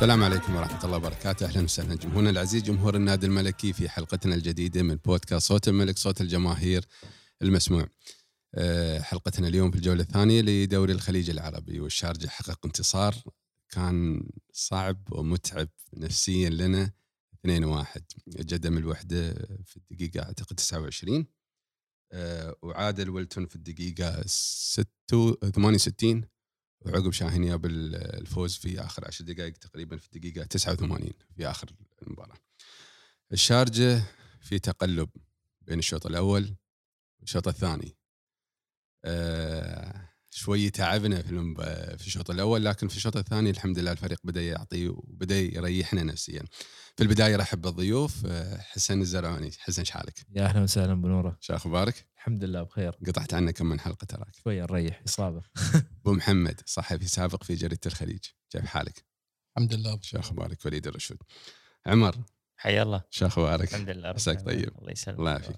السلام عليكم ورحمة الله وبركاته. أهلا وسهلا جمهورنا العزيز، جمهور النادي الملكي، في حلقتنا الجديدة من بودكاست صوت الملك، صوت الجماهير المسموع. حلقتنا اليوم في الجولة الثانية لدوري الخليج العربي، والشارجة حقق انتصار كان صعب ومتعب نفسيا لنا 2-1. جدم الوحدة في الدقيقة أعتقد 29، وعادل ولتون في الدقيقة 68، وعقب شاهين بالفوز في آخر 10 دقائق تقريبا في الدقيقة 89 في آخر المباراة. الشارجة في تقلب بين الشوط الأول والشوط الثاني. شوي تعبنا في الشوط الأول، لكن في الشوط الثاني الحمد لله الفريق بدأ يعطي وبدأ يريحنا نفسيا. في البداية رحب بالضيوف. حسن الزرعوني. حسن، شحالك؟ يا أهلا وسهلا بنورة. شو أخبارك؟ الحمد لله بخير. قطعت عنا كم من حلقة تراك. شوية نريح إصابة. أبو محمد، صحفي سابق في جريدة الخليج، كيف حالك؟ الحمد لله. شو أخبارك؟ وليد الرشود. عمر، حيا الله. شو أخبارك؟ الحمد لله. عساك طيب. الله يسلمك. الله يعافيك.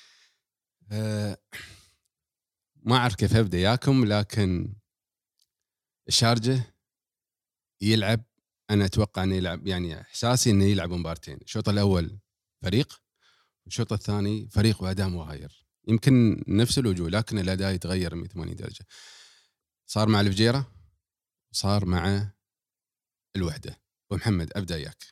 ما أعرف كيف أبدأ ياكم، لكن الشارجة يلعب، أنا أتوقع أنه يلعب، يعني إحساسي أنه يلعب مبارتين. الشوط الأول فريق، والشوط الثاني فريق وأداء مغاير، يمكن نفس الوجوه لكن الأداء يتغير 180 درجة. صار مع الفجيرة، صار مع الوحدة. ومحمد، أبدأ ياك.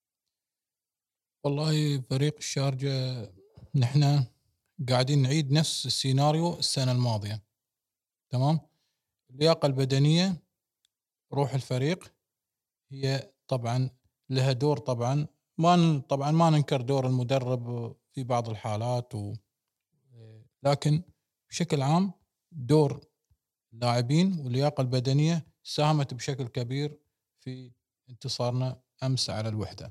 والله فريق الشارجة نحن قاعدين نعيد نفس السيناريو السنة الماضية. تمام. اللياقة البدنية، روح الفريق، هي طبعا لها دور. طبعا ما ننكر دور المدرب في بعض الحالات لكن بشكل عام دور اللاعبين واللياقة البدنية ساهمت بشكل كبير في انتصارنا أمس على الوحدة.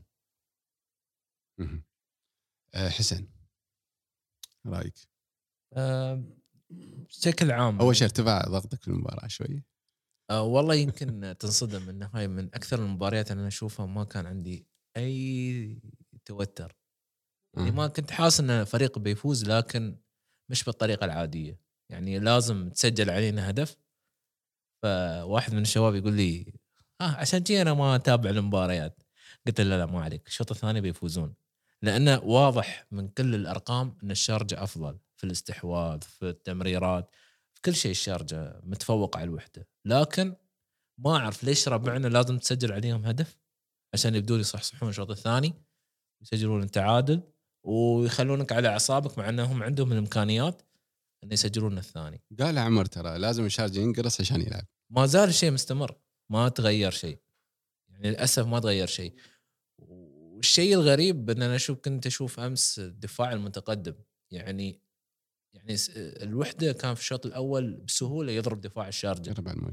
حسن، رأيك؟ بشكل عام أول شيء ارتفاع ضغطك في المباراة شوي؟ والله يمكن تنصدم إن هاي من أكثر المباريات اللي أنا أشوفها ما كان عندي أي توتر. يعني ما كنت حاسس إن فريق بيفوز، لكن مش بالطريقة العادية. يعني لازم تسجل علينا هدف. فواحد من الشباب يقول لي عشان جي أنا ما أتابع المباريات. قلت له لا ما عليك، الشوط الثاني بيفوزون، لأنه واضح من كل الأرقام أن الشارجة أفضل في الاستحواذ، في التمريرات، في كل شيء. الشارجة متفوق على الوحدة، لكن ما أعرف ليش ربعنا لازم تسجل عليهم هدف عشان يبدون يصحصحون الشوط الثاني، يسجلون التعادل ويخلونك على أعصابك، مع أنهم عندهم الإمكانيات أن يسجلون الثاني. قال عمر ترى لازم الشارجة ينقرص عشان يلعب. ما زال الشيء مستمر، ما تغير شيء، يعني للأسف ما تغير شيء. والشيء الغريب ان انا كنت اشوف امس الدفاع المتقدم. يعني الوحده كان في الشوط الاول بسهوله يضرب دفاع الشارجه،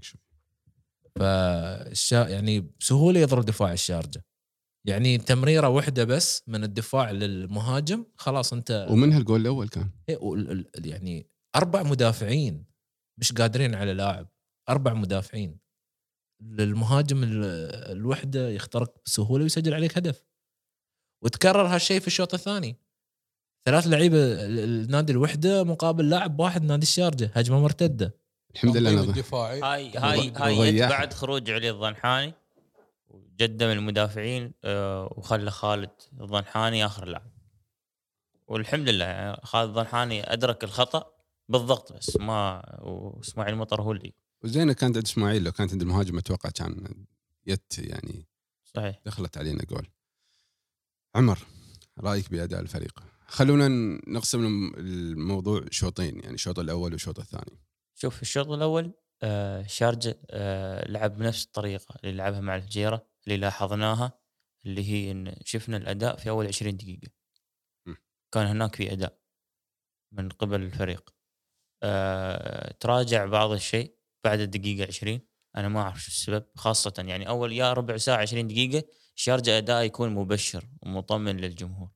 يعني بسهوله يضرب دفاع الشارجه. يعني تمريره واحده بس من الدفاع للمهاجم خلاص انت. ومنها الجول الاول كان يعني 4 مدافعين مش قادرين على لاعب، 4 مدافعين للمهاجم الوحده يخترق بسهوله ويسجل عليك هدف. وتكرر هالشيء في الشوط الثاني، 3 لعيبه النادي الوحده مقابل لاعب واحد نادي الشارجه، هجمه مرتده. الحمد لله الدفاعي هاي بعد خروج علي الضنحاني وجدم المدافعين وخلى خالد الضنحاني اخر لاعب. والحمد لله يعني خالد الضنحاني ادرك الخطا بالضبط، بس ما واسماعيل مطر هو اللي وزينه كانت عند اسماعيل. لو كانت عند المهاجم اتوقع كان يعني صحيح دخلت علينا جول. عمر، رايك باداء الفريق؟ خلونا نقسم الموضوع شوطين، يعني الشوط الاول والشوط الثاني. شوف الشوط الاول شارجة لعب بنفس الطريقه اللي لعبها مع الفجيره، اللي لاحظناها اللي هي ان شفنا الاداء في اول 20 دقيقه كان هناك في اداء من قبل الفريق. تراجع بعض الشيء بعد الدقيقه 20. انا ما اعرف شو السبب، خاصه يعني اول يا ربع ساعه 20 دقيقه شارجة اداء يكون مبشر ومطمن للجمهور.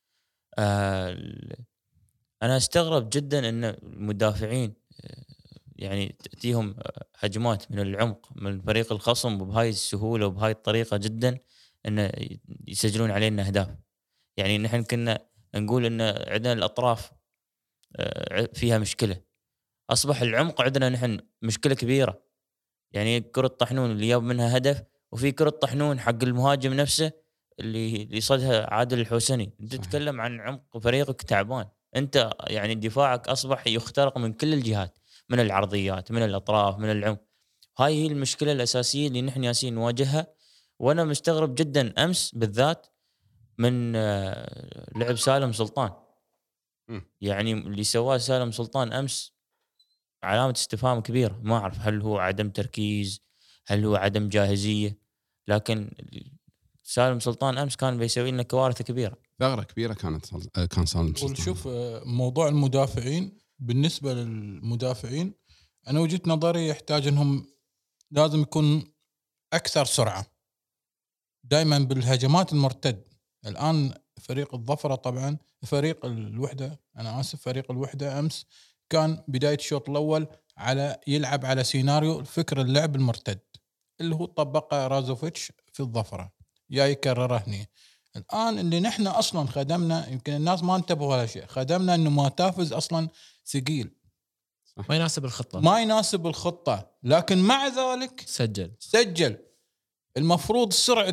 انا استغرب جدا ان المدافعين يعني تأتيهم هجمات من العمق من فريق الخصم بهاي السهوله وبهاي الطريقه جدا ان يسجلون علينا اهداف. يعني نحن كنا نقول ان عندنا الاطراف فيها مشكله، اصبح العمق عندنا نحن مشكله كبيره. يعني كره طحنون اللي جاب منها هدف وفي كرة طحنون حق المهاجم نفسه اللي صدها عادل الحوسني. انت تتكلم عن عمق فريقك تعبان، انت يعني دفاعك اصبح يخترق من كل الجهات، من العرضيات، من الاطراف، من العمق. هاي هي المشكله الاساسيه اللي نحن ياسين نواجهها. وانا مستغرب جدا امس بالذات من لعب سالم سلطان. يعني اللي سواه سالم سلطان امس علامه استفهام كبيره. ما اعرف هل هو عدم تركيز، هل هو عدم جاهزيه، لكن سالم سلطان امس كان بيسوي لنا كوارث كبيره. ثغره كبيره كان سالم سلطان. شوف موضوع المدافعين، بالنسبه للمدافعين انا وجهة نظري يحتاج انهم لازم يكون اكثر سرعه دائما بالهجمات المرتد. الان فريق الظفره طبعا فريق الوحده، انا اسف، فريق الوحده امس كان بدايه الشوط الاول على يلعب على سيناريو فكر اللعب المرتد اللي هو طبقه رازوفيتش في الظفره، جاي يكرره هني. الان اللي نحن اصلا خدمنا، يمكن الناس ما انتبهوا على شيء، خدمنا انه ماتافز اصلا ثقيل، ما يناسب الخطه، ما يناسب الخطه، لكن مع ذلك سجل. المفروض سرعه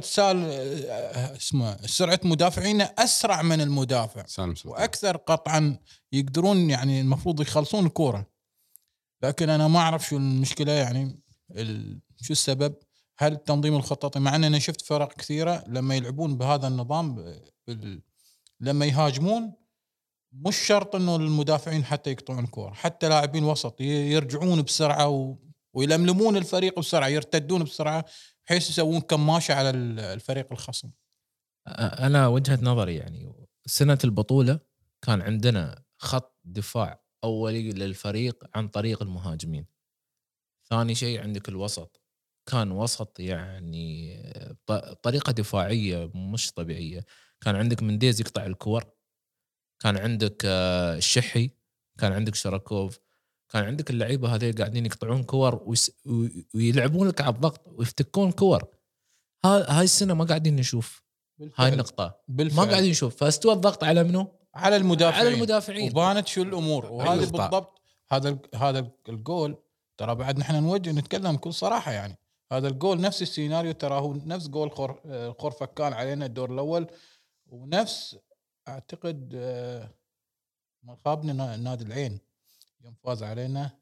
سرعه مدافعينا اسرع من المدافع واكثر قطعا، يقدرون يعني المفروض يخلصون الكوره. لكن انا ما اعرف شو المشكله، يعني شو السبب. هل تنظيم الخططي؟ مع ان انا شفت فرق كثيره لما يلعبون بهذا النظام لما يهاجمون مش شرط انه المدافعين حتى يقطعون كوره، حتى لاعبين وسط يرجعون بسرعه ويلملمون الفريق بسرعه، يرتدون بسرعه بحيث يسوون كماشه على الفريق الخصم. انا وجهة نظري يعني سنة البطولة كان عندنا خط دفاع اولي للفريق عن طريق المهاجمين. ثاني شيء عندك الوسط، كان وسط يعني طريقة دفاعية مش طبيعية. كان عندك منديز يقطع الكور، كان عندك الشحي، كان عندك شراكوف، كان عندك اللعيبة هذي قاعدين يقطعون كور ويلعبون لك على الضغط ويفتكون كور. هاي السنة ما قاعدين نشوف بالفعل. هاي النقطة بالفعل. ما قاعدين نشوف، فاستوى الضغط على منو؟ على المدافعين. وبانت شو الأمور. وهذا بالضبط هذا الجول ترى بعد نحن نوجه نتكلم بكل صراحة، يعني هذا الجول نفس السيناريو، ترى هو نفس جول خورفكان علينا الدور الأول، ونفس اعتقد ما خابنا نادي العين يوم فاز علينا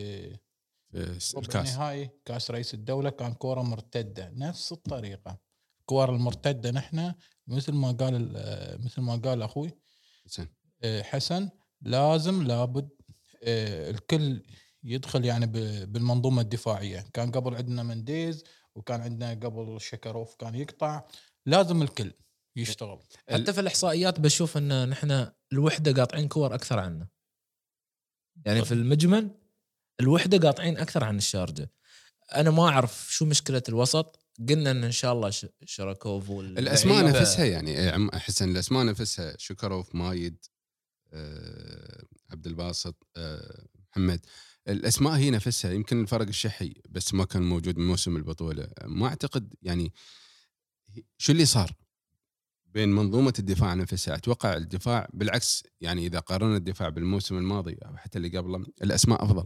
بالنهائي كاس رئيس الدوله، كان كوره مرتده نفس الطريقه. الكور المرتده نحن مثل ما قال اخوي حسن لابد الكل يدخل يعني بالمنظومه الدفاعيه. كان قبل عندنا منديز، وكان عندنا قبل شكروف كان يقطع، لازم الكل يشتغل. حتى في الإحصائيات بشوف أن نحن الوحدة قاطعين كور أكثر عنا، يعني في المجمل الوحدة قاطعين أكثر عن الشارجة. أنا ما أعرف شو مشكلة الوسط. قلنا إن شاء الله شراكوف الأسماء نفسها، يعني حسن الأسماء نفسها شكروف، مايد، عبد الباسط، محمد، الأسماء هي نفسها. يمكن الفرق الشحي بس ما كان موجود من موسم البطولة. ما أعتقد يعني شو اللي صار بين منظومة الدفاع نفسها. أتوقع الدفاع بالعكس، يعني إذا قارنا الدفاع بالموسم الماضي أو حتى اللي قبله الأسماء أفضل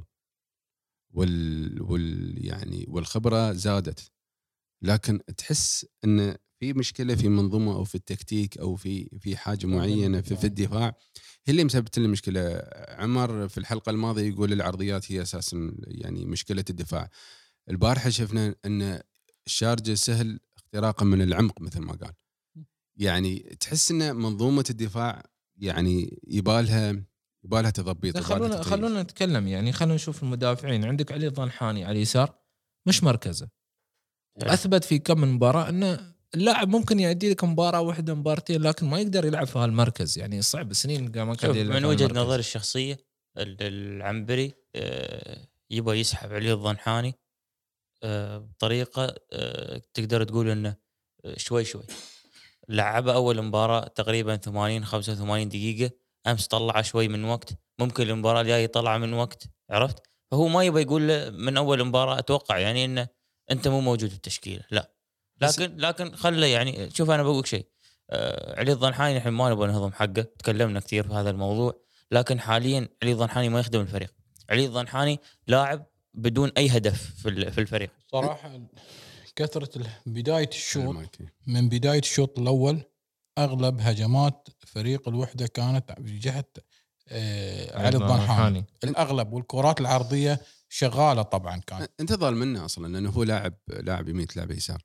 يعني والخبرة زادت، لكن تحس إن في مشكلة في منظومة أو في التكتيك أو في حاجة معينة في الدفاع هي اللي مسببت لنا المشكلة. عمر في الحلقة الماضية يقول العرضيات هي أساسا يعني مشكلة الدفاع. البارحة شفنا أن الشارجة سهل اختراقا من العمق مثل ما قال. يعني تحس ان منظومه الدفاع يعني يبالها تضبيط. خلونا نتكلم، يعني خلونا نشوف المدافعين. عندك علي الضنحاني على اليسار مش مركزه، واثبت في كم من مباراه انه اللاعب ممكن يؤدي لك مباراه واحده مبارتين، لكن ما يقدر يلعب في هالمركز. يعني صعب سنين ما كان يلعب. من وجهه نظري الشخصيه العنبري يبغى يسحب علي الضنحاني بطريقه تقدر تقول انه شوي لعب أول مباراة تقريبا 85 دقيقة، أمس طلع شوي من وقت، ممكن المباراة الجاية يطلع من وقت، عرفت؟ فهو ما يبغى يقول من أول مباراة أتوقع يعني إنه أنت مو موجود في التشكيلة، لا. لكن خله يعني. شوف أنا بقولك شيء، علي الضنحاني نحن ما نبغى نهضم حقه، تكلمنا كثير في هذا الموضوع، لكن حاليا علي الضنحاني ما يخدم الفريق. علي الضنحاني لاعب بدون أي هدف في الفريق صراحة. كثرة بداية الشوط، من بداية الشوط الأول أغلب هجمات فريق الوحدة كانت بجهة علي الضنحاني الأغلب، والكرات العرضية شغالة طبعا. كان أنت ظالم منه أصلا لأنه هو لاعب يمين لاعب يسار،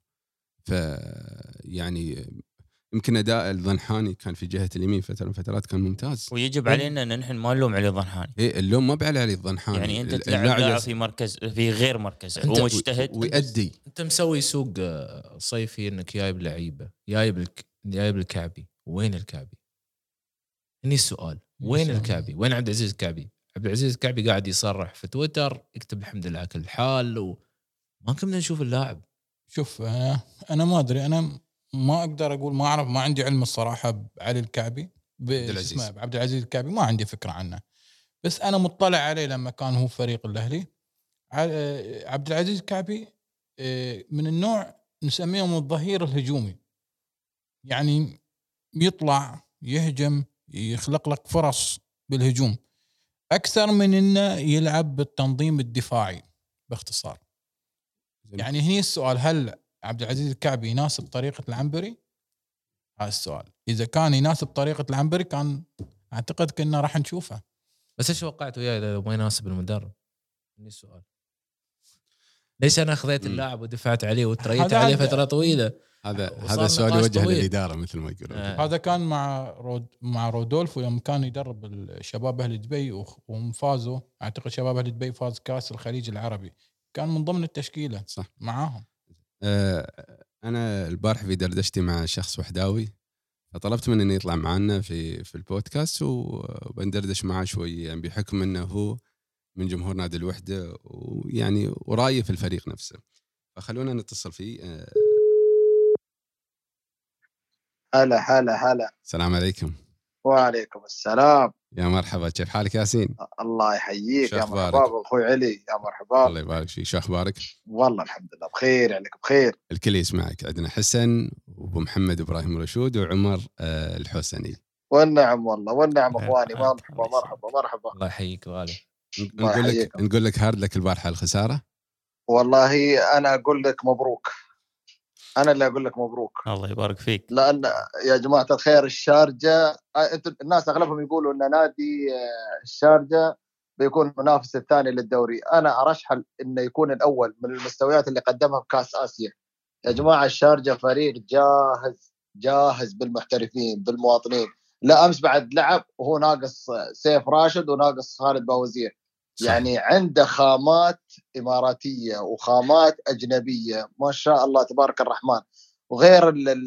يعني يمكن أداء الضنحاني كان في جهة اليمين فترة من فترات كان ممتاز، ويجب علينا أن نحن ما نلوم علي الضنحاني. اللوم ما بعلى علي الضنحاني، يعني أنت تلعب لاعب في مركز في غير مركز ومجتهد ويؤدي. أنت مسوي سوق صيفي إنك جايب لعيبة، جايب الكعبي. وين الكعبي؟ هني السؤال، وين الكعبي؟ وين عبد العزيز الكعبي؟ عبد العزيز الكعبي قاعد يصرح في تويتر يكتب الحمد لله كل حال، وما كنا نشوف اللاعب. شوف أنا ما أدري، أنا ما أقدر أقول، ما أعرف، ما عندي علم الصراحة بعلي الكعبي، بعبد العزيز الكعبي ما عندي فكرة عنه، بس أنا مطلع عليه لما كان هو فريق الأهلي. عبد العزيز الكعبي من النوع نسميهم الظهير الهجومي، يعني يطلع يهجم، يخلق لك فرص بالهجوم أكثر من إنه يلعب بالتنظيم الدفاعي باختصار. يعني هني السؤال، هل عبد العزيز الكعبي يناسب طريقة العنبري؟ هذا السؤال. إذا كان يناسب طريقة العنبري كان أعتقد كنا راح نشوفه. بس إيش وقعت وياه إذا ما يناسب المدرب؟ هني السؤال، ليش أنا خذيت اللاعب ودفعت عليه وتريت عليه فترة طويلة؟ هذا سؤال يوجه للإدارة مثل ما يقولون. هذا كان مع رودولفو يوم كان يدرب الشباب أهل دبي ومفازوا، أعتقد شباب أهل دبي فاز كاس الخليج العربي، كان من ضمن التشكيلة صح معاهم. أنا البارح في دردشتي مع شخص وحداوي، فطلبت منه إنه يطلع معنا في البودكاست وبندردش معه شوي، يعني بحكم إنه هو من جمهور نادي الوحدة ويعني ورأيه في الفريق نفسه، فخلونا نتصل فيه. هلا. السلام عليكم. وعليكم السلام. يا مرحبا، كيف حالك ياسين؟ الله يحييك. يا مرحبا اخوي علي. يا مرحبا. الله يبارك فيك. شو اخبارك؟ والله الحمد لله بخير. عليك بخير؟ الكل يسمعك. عندنا حسن وابو محمد ابراهيم رشود وعمر الحسني. والنعم والله، والنعم اخواني. مرحبا. الله يحييك غالي. نقول لك هارد لك البارحه الخساره. والله انا اقول لك مبروك، انا اللي اقول لك مبروك. الله يبارك فيك. لان يا جماعه الخير الشارجه، الناس اغلبهم يقولوا ان نادي الشارجه بيكون المنافس الثاني للدوري، انا ارشح انه يكون الاول من المستويات اللي قدمها بكاس اسيا. يا جماعه الشارجه فريق جاهز بالمحترفين بالمواطنين. لا امس بعد لعب وهو ناقص سيف راشد وناقص خالد باوزير، يعني عنده خامات إماراتية وخامات أجنبية ما شاء الله تبارك الرحمن، وغير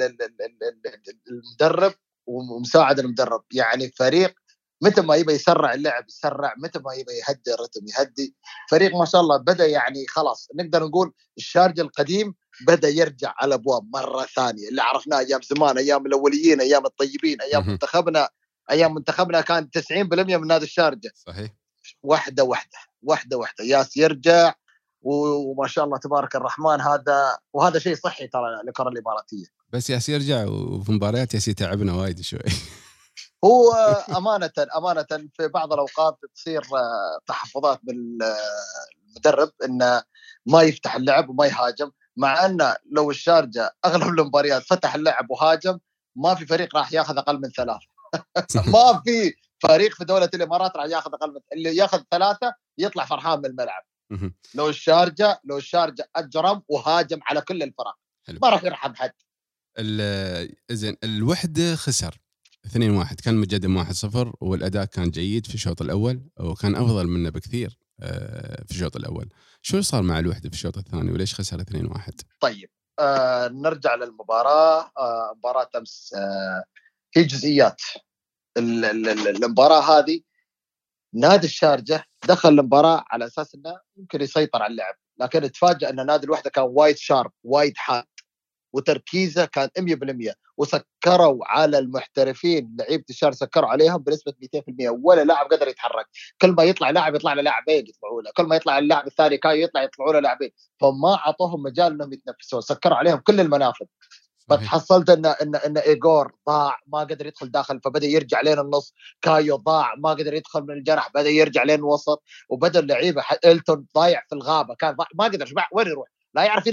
المدرب ومساعد المدرب. يعني فريق متى ما يبي يسرع اللعب يسرع، متى ما يبي يهدي الرتم يهدي. فريق ما شاء الله بدأ، يعني خلاص نقدر نقول الشارجة القديم بدأ يرجع على أبواب مرة ثانية، اللي عرفناه أيام زمان، أيام الأوليين، أيام الطيبين، أيام منتخبنا كان 90% من نادي الشارجة. صحيح. واحدة ياس يرجع، وما شاء الله تبارك الرحمن. وهذا شيء صحي ترى للكرة الإماراتية. بس ياس يرجع وفي مباريات ياس تعبنا وايد شوي. هو أمانة في بعض الأوقات تصير تحفظات بالمدرب إنه ما يفتح اللعب وما يهاجم، مع أنه لو الشارجة أغلب المباريات فتح اللعب وهاجم ما في فريق راح ياخذ أقل من 3. ما في فريق في دولة الإمارات راح ياخذ أقل من، اللي ياخذ 3 يطلع فرحان من الملعب. لو الشارجة أجرم وهاجم على كل الفرق ما راح يرحم حد. إذن الوحدة خسر 2-1، كان متقدم 1-0 والأداء كان جيد في الشوط الأول وكان أفضل منه بكثير في الشوط الأول. شو صار مع الوحدة في الشوط الثاني وليش خسر 2-1؟ طيب نرجع للمباراة. مباراة أمس في جزئيات المباراة هذه. نادي الشارجة دخل المباراة على أساس أنه يمكن يسيطر على اللعب، لكن اتفاجأ أن نادي الوحدة كان وايد شارب وايد حاد وتركيزه كان 100%، وسكروا على المحترفين. لعيبة الشارجة سكروا عليهم بنسبة 200%، ولا لاعب قدر يتحرك. كل ما يطلع لاعب يطلع له لاعبين يطلعوا له، كل ما يطلع اللاعب الثاني كان يطلعوا له لاعبين، فما عطوهم مجال انهم يتنفسون، سكروا عليهم كل المنافذ. فتحصلت ان ايغور ضاع ما قدر يدخل داخل، فبدا يرجع لين النص. كايو ضاع ما قدر يدخل من الجرح، بدا يرجع لين الوسط. وبدا اللعيبه إلتون ضايع في الغابه، كان ما قدر وين يروح، لا يعرف يرجع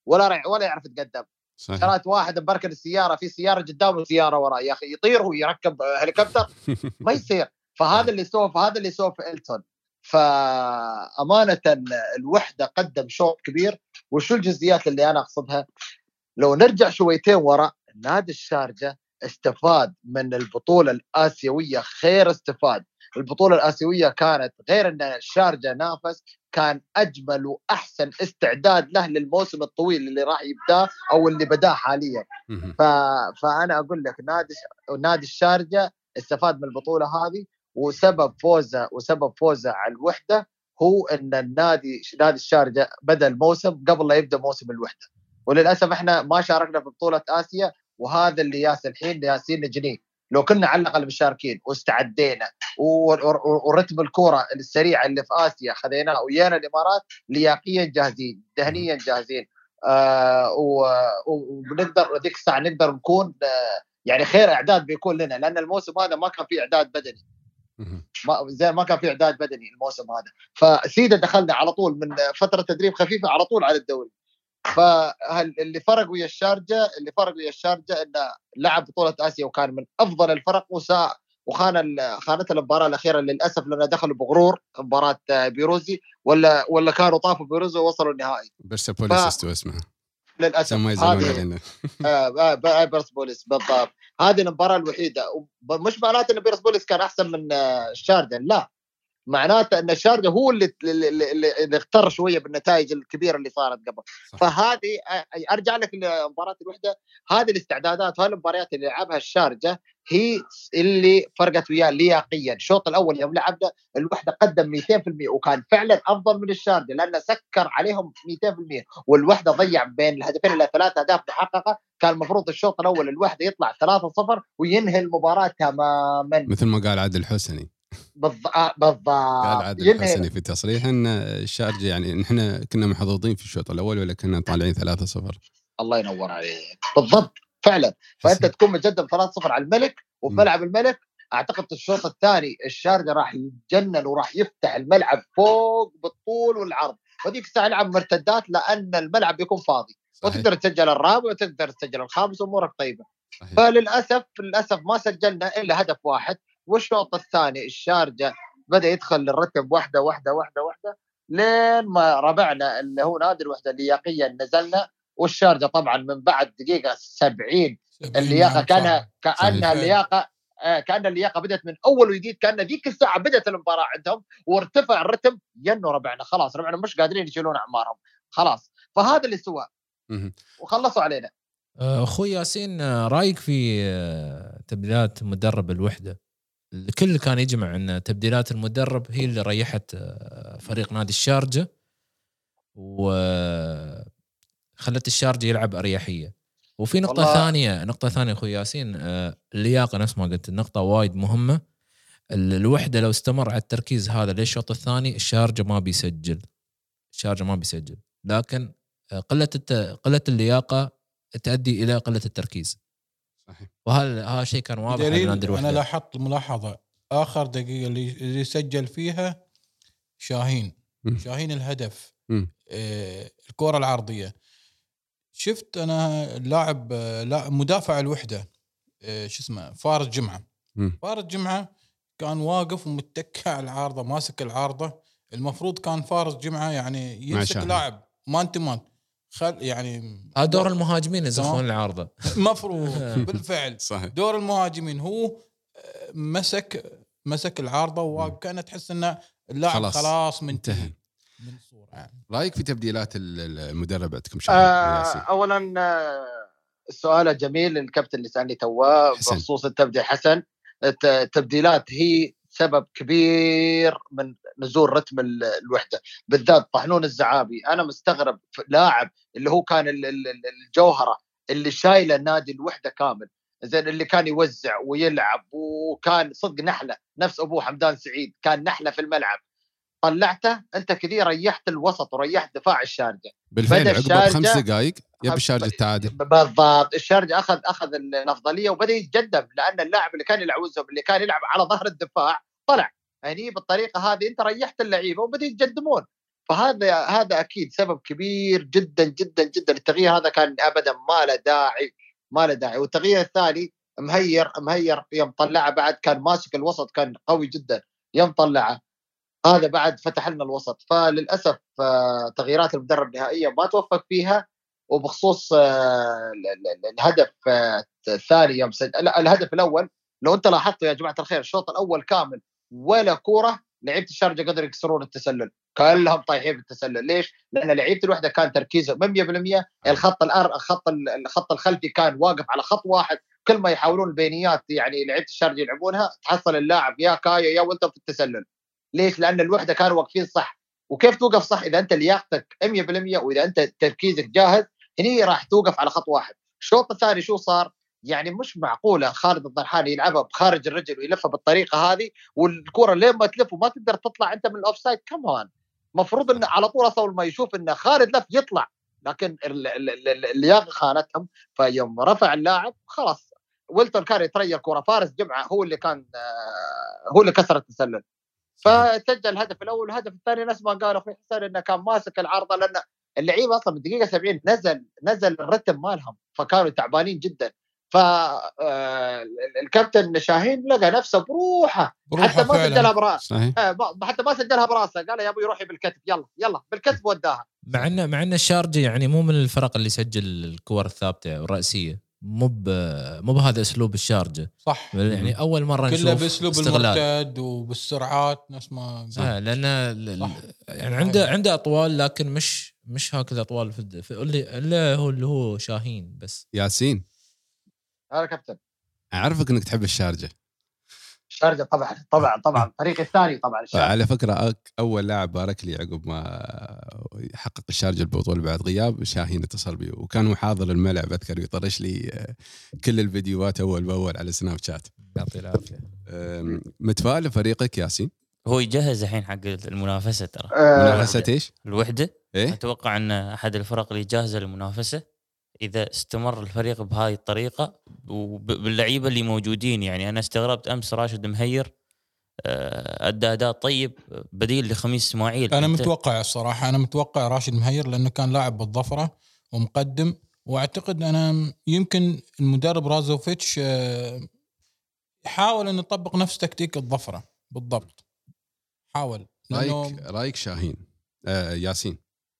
ولا يعرف يتقدم. صحيح. شرات واحد بركن السياره، في سياره قدامه وسياره وراه، يا اخي يطير ويركب هليكوبتر ما يصير. فهذا اللي سوى في إلتون. فأمانة الوحدة قدم شوط كبير. وشو الجزئيات اللي أنا أقصدها؟ لو نرجع شويتين وراء، نادي الشارجة استفاد من البطولة الآسيوية خير استفاد. البطولة الآسيوية كانت غير أن الشارجة نافس، كان أجمل وأحسن استعداد له للموسم الطويل اللي راح يبدأ أو اللي بدأ حاليا. فأنا أقول لك نادي الشارجة استفاد من البطولة هذه، وسبب فوزه على الوحدة هو أن نادي الشارجة بدأ الموسم قبل لا يبدأ موسم الوحدة. وللأسف إحنا ما شاركنا في بطولة آسيا، وهذا اللي ياسين نجنيه. لو كنا على الأقل مشاركين واستعدينا ورتم الكرة السريعة اللي في آسيا خذيناه ويانا الإمارات، لياقيا جاهزين، ذهنيا جاهزين، ونقدر ذيك الساعة نقدر نكون يعني خير إعداد بيكون لنا، لأن الموسم هذا ما كان فيه إعداد بدني، ما كان فيه إعداد بدني الموسم هذا. فسيدة دخلنا على طول من فترة تدريب خفيفة على طول على الدوري. فاللي فرق ويا الشارجة انه لعب بطولة آسيا وكان من افضل الفرق، وخانت المباراة الأخيرة للأسف لأنه دخلوا بغرور مباراة بيروزي، ولا كانوا طافوا بيروزي ووصلوا النهائي. برسبوليس اسمها للأسف ما يزعلون علينا. برسبوليس بالضبط. هذه المباراة الوحيدة، مش معناته أن برسبوليس كان أحسن من الشارجة، لا، معناته ان الشارجة هو اللي اختار شويه بالنتائج الكبيره اللي صارت قبل. فهذه ارجع لك لمباراه الوحده، هذه الاستعدادات وهالمباريات اللي لعبها الشارجة هي اللي فرقت وياه لياقيا. الشوط الاول يوم لعبنا الوحده قدم 200% وكان فعلا افضل من الشارجة لانه سكر عليهم 200%، والوحده ضيع بين الهدفين الى 3 أهداف محققه. كان المفروض الشوط الاول الوحده يطلع 3-0 وينهي المباراه تماما، مثل ما قال عادل حسني. بالضبط. قال عادل حسني في تصريح ان الشارجة يعني نحن كنا محظوظين في الشوط الاول ولا كنا طالعين 3-0. الله ينور عليك، بالضبط فعلا. فانت تكون مقدم 3-0 على الملك وفي ملعب الملك. اعتقد الشوط الثاني الشارجة راح يتجنن وراح يفتح الملعب فوق بالطول والعرض، وديك الساعه يلعب مرتدات لان الملعب بيكون فاضي. صحيح. وتقدر تسجل الرابع وتقدر تسجل الخامس وامورك طيبه. صحيح. فللاسف ما سجلنا الا هدف واحد. والشوط الثاني الشارجة بدأ يدخل الرتم واحدة لين ما ربعنا اللي هو نادي الوحدة لياقيا نزلنا. والشارجة طبعا من بعد دقيقة 70 اللياقة كأن اللياقة بدأت من أول وجديد، كأن ذيك الساعة بدأت المباراة عندهم وارتفع الرتم، ينو ربعنا خلاص، ربعنا مش قادرين يشيلون أعمارهم خلاص. فهذا اللي سواه وخلصوا علينا. أخوي ياسين، رأيك في تبديلات مدرب الوحدة؟ الكل كان يجمع أن تبديلات المدرب هي اللي ريحت فريق نادي الشارجة وخلت الشارجة يلعب أريحية. وفي نقطة ثانية أخوي ياسين، اللياقة نفس ما قلت، النقطة وايد مهمة. الوحدة لو استمر على التركيز هذا للشوط الثاني الشارجة ما بيسجل، لكن قلة اللياقة تؤدي إلى قلة التركيز. صحيح. وهذا شيء كان واضح عند الوحدة. أنا لاحظت ملاحظة آخر دقيقة اللي سجل فيها شاهين الهدف، الكرة العرضية. شفت أنا لاعب مدافع الوحدة شو اسمه فارس جمعة كان واقف ومتكئ على العارضة، ماسك العارضة. المفروض كان فارس جمعة يعني يمسك لاعب مان يعني دور المهاجمين يزخون العارضة مفروض بالفعل. صحيح. دور المهاجمين هو مسك العارضة وكانت تحس انه اللاعب خلاص منتهي من الصورة. رايك في تبديلات المدرب عندكم؟ اولا السؤال جميل الكابتن اللي سألني تواه بخصوص التبديل. حسن، التبديلات هي سبب كبير من نزول رتم الوحدة، بالذات طحنون الزعابي. أنا مستغرب لاعب اللي هو كان الجوهرة اللي شايله نادي الوحدة كامل، زين، اللي كان يوزع ويلعب وكان صدق نحلة، نفس أبوه حمدان سعيد كان نحلة في الملعب. طلعته أنت كذي، ريحت الوسط وريحت دفاع الشارجة. بالفعل عقب 5 دقائق يبي الشارجة التعادل. بالضبط، الشارجة أخذ الأفضلية وبدأ يتقدم، لأن اللاعب اللي كان يلعوزهم اللي كان يلعب على ظهر الدفاع طلع. يعني بالطريقة هذه أنت ريحت اللعيبة وبدأ يتقدمون. فهذا اكيد سبب كبير جدا جدا جدا. التغيير هذا كان ابدا ما له داعي. والتغيير الثاني مهير يوم طلعه بعد كان ماسك الوسط، كان قوي جدا يوم طلعه، هذا بعد فتح لنا الوسط. فللاسف تغييرات المدرب نهائيا ما توفق فيها. وبخصوص الهدف الثاني يوم الهدف الاول، لو انت لاحظتوا يا جماعه الخير، الشوط الاول كامل ولا كوره لعيبه الشارجه قدروا يكسرون التسلل، كلهم طايحين في التسلل. ليش؟ لان لعيبه الوحده كان تركيزهم 100%. الخط الخلفي كان واقف على خط واحد، كل ما يحاولون البينيات يعني لعيبه الشارجه يلعبونها، تحصل اللاعب يا كايا يا ولتر في التسلل. ليش؟ لان الوحده كانوا واقفين صح. وكيف توقف صح؟ اذا انت لياقتك 100% واذا انت تركيزك جاهز، هني راح توقف على خط واحد. الشوط الثاني شو صار؟ يعني مش معقوله خالد الضرحاني يلعبها بخارج الرجل ويلفها بالطريقه هذه، والكره لين ما تلف وما تقدر تطلع انت من الاوفسايد. كمان مفروض انه على طول اول ما يشوف ان خالد لف يطلع، لكن اللياقه خانتهم. فيوم رفع اللاعب خلاص، ويلتون كان يتريا كره، فارس جمعه هو اللي كسر التسلل. فسجل الهدف الاول. والهدف الثاني نفس ما قال اخوي حسين انه كان ماسك العارضه، لان اللعيبه اصلا بالدقيقه 70 نزل الرتم مالهم، فكانوا تعبانين جدا. فالكابتن شاهين لقى نفسه بروحه حتى ما سجلها براسه، حتى ما سجلها براسه، قال يا ابوي روحي بالكتف، يلا بالكتف وداها. مع ان الشارجه يعني مو من الفرق اللي سجل الكور الثابته والراسيه، مو بهذا اسلوب الشارجه، صح. يعني اول مره نشوف كله باسلوب المرتد وبالسرعات نفس ما لان يعني عنده اطوال، لكن مش هكذا اطوال في اللي هو شاهين. بس ياسين، هذا كابتن، اعرفك انك تحب الشارجه. الشارجه طبعا الفريق الثاني طبعا الشارجه. على فكره اول لاعب بارك لي عقب ما يحقق الشارجه البطوله بعد غياب، شاهين اتصل بي وكان محاضر الملعب، اذكر يطرش لي كل الفيديوهات اول باول على سناب شات. يعطيه العافيه. متفائل فريقك ياسين؟ هو يجهز الحين حق المنافسه، ترى منافسه ايش؟ الوحده. إيه؟ اتوقع ان احد الفرق اللي جاهزه للمنافسه اذا استمر الفريق بهاي الطريقه وباللعيبه اللي موجودين. يعني انا استغربت امس راشد مهير ادى اداء طيب بديل لخميس اسماعيل. انا متوقع الصراحه، انا متوقع راشد مهير لانه كان لاعب بالظفره ومقدم، واعتقد انا يمكن المدرب رازوفيتش يحاول انه يطبق نفس تكتيك الظفره بالضبط. حاول. رايك شاهين ياسين؟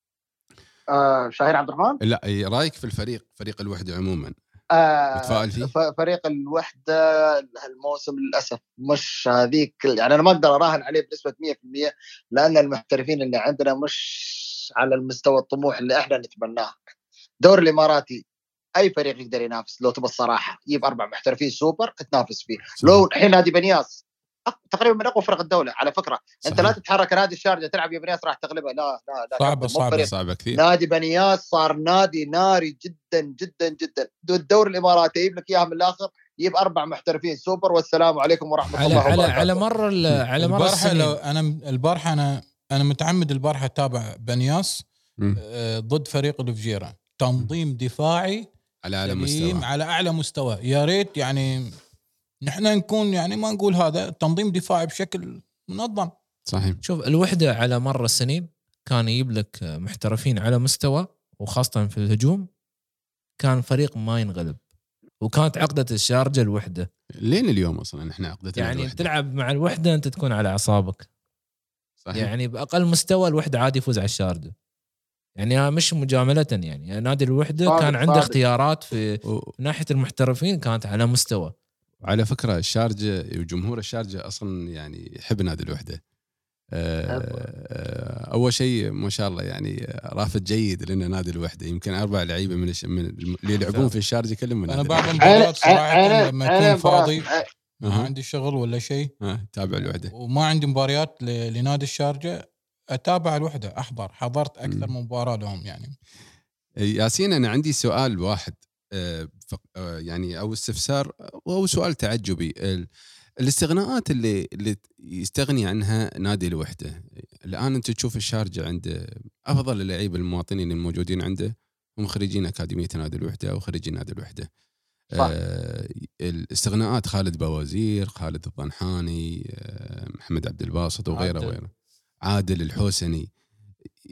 شاهين عبد الرحمن، لا رايك في فريق الوحده عموما؟ متفائل فيه؟ فريق الوحده الموسم للاسف مش هذيك، يعني انا ما اقدر اراهن عليه بنسبه 100%، لان المحترفين اللي عندنا مش على المستوى الطموح اللي احنا نتمناه. الدوري الاماراتي اي فريق يقدر ينافس، لو تبى الصراحه يجيب 4 محترفين سوبر تنافس فيه. لو الحين نادي بنياس تقريبا من اقوى فرق الدوله على فكره. صحيح. انت لا تتحرك نادي الشارجه تلعب يا بنياس راح تغلبها، لا صعبه كثير. نادي بنياس صار نادي ناري جدا جدا جدا. الدوري الاماراتي يجيب لك اياها من الاخر، يجيب 4 محترفين سوبر والسلام عليكم ورحمه الله وبركاته. على مر السنين. البارحه انا متعمد البارحه اتابع بنياس ضد فريق الفجيره، تنظيم دفاعي على اعلى مستوى. يا ريت يعني نحن نكون يعني ما نقول هذا تنظيم دفاعي بشكل منظم. صحيح. شوف الوحده على مر السنين كان يجيب لك محترفين على مستوى، وخاصه في الهجوم كان فريق ما ينغلب. وكانت عقده الشارجه الوحده لين اليوم اصلا احنا عقدتنا يعني الوحدة. تلعب مع الوحده انت تكون على اعصابك. صحيح. يعني باقل مستوى الوحده عادي يفوز على الشارجه، يعني مش مجامله. يعني نادي الوحده كان عنده اختيارات في ناحيه المحترفين كانت على مستوى. على فكرة الشارجة وجمهور الشارجة أصلا يعني يحب نادي الوحدة. أول شيء ما شاء الله يعني رافد جيد لنا نادي الوحدة، يمكن 4 لعيبة من اللي يلعبون في الشارجة كلهم من أنا بعض المباريات صراحة لما يكون فاضي ما عندي شغل ولا شيء تابع الوحدة، وما عندي مباريات لنادي الشارجة أتابع الوحدة. حضرت أكثر من مباراة لهم. يعني ياسين أنا عندي سؤال واحد يعني أو استفسار أو سؤال تعجبي. الاستغناءات اللي يستغني عنها نادي الوحدة الآن، أنت تشوف الشارجة عنده أفضل اللعيبة المواطنين الموجودين عنده هم خريجين أكاديمية نادي الوحدة أو خريجين نادي الوحدة. الاستغناءات خالد بوازير، خالد الضنحاني، محمد عبد الباسط وغيره وغيره، عادل الحوسني.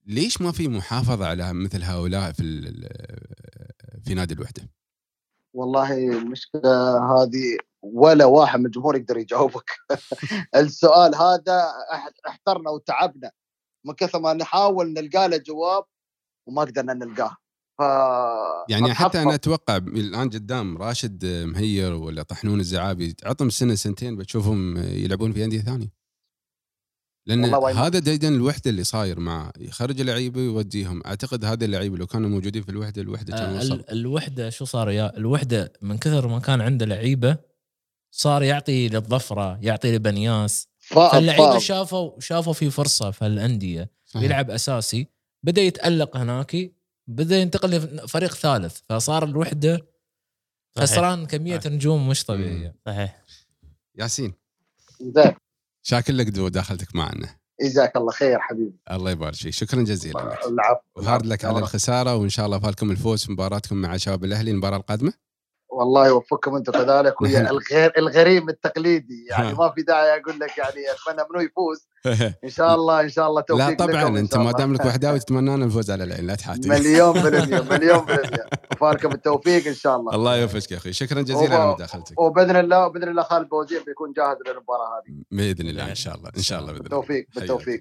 ليش ما في محافظة على مثل هؤلاء في نادي الوحدة؟ والله المشكلة هذه ولا واحد من الجمهور يقدر يجاوبك. السؤال هذا احترنا وتعبنا من كثر ما نحاول نلقى له جواب وما قدرنا نلقاه. يعني حتى أنا أتوقع الآن قدام راشد مهير ولا طحنون الزعابي عطهم سنة سنتين بتشوفهم يلعبون في أندية ثانية، لأن هذا ديدن الوحدة اللي صاير مع يخرج اللعيبة ويوديهم. أعتقد هذا اللعيبة لو كانوا موجودين في الوحدة كان وصل. الوحدة شو صار يا الوحدة من كثر ما كان عنده لعيبة صار يعطي للظفرة يعطي لبنياس، فاللعيبة شافوا في فرصة في الأندية يلعب أساسي، بدأ يتألق هناك، بدأ ينتقل لفريق ثالث، فصار الوحدة خسران كمية نجوم مش طبيعية. صحيح. ياسين زين، شاكر لك داخلتك معنا. جزاك الله خير حبيبي. الله يبارك فيك، شكرا جزيلا لك. العفو. وهارد لك على الخسارة، وإن شاء الله فالكم الفوز في مباراتكم مع شباب الأهلي المباراة القادمة. والله يوفقكم انتم كذلك، ويا الغريم التقليدي يعني ما في داعي اقول لك يعني اتمنى منو يفوز. ان شاء الله توفيق. لا طبعا انت ما دام لك وحداوي تتمنى لنا الفوز على العين، لا تحاتي. مليون بالمية وفالكم التوفيق ان شاء الله. الله يوفقك يا اخي، شكرا جزيلا على مداخلتك. وباذن الله خالد بوزير بيكون جاهز للمباراه هذه باذن الله. ان شاء الله بالتوفيق.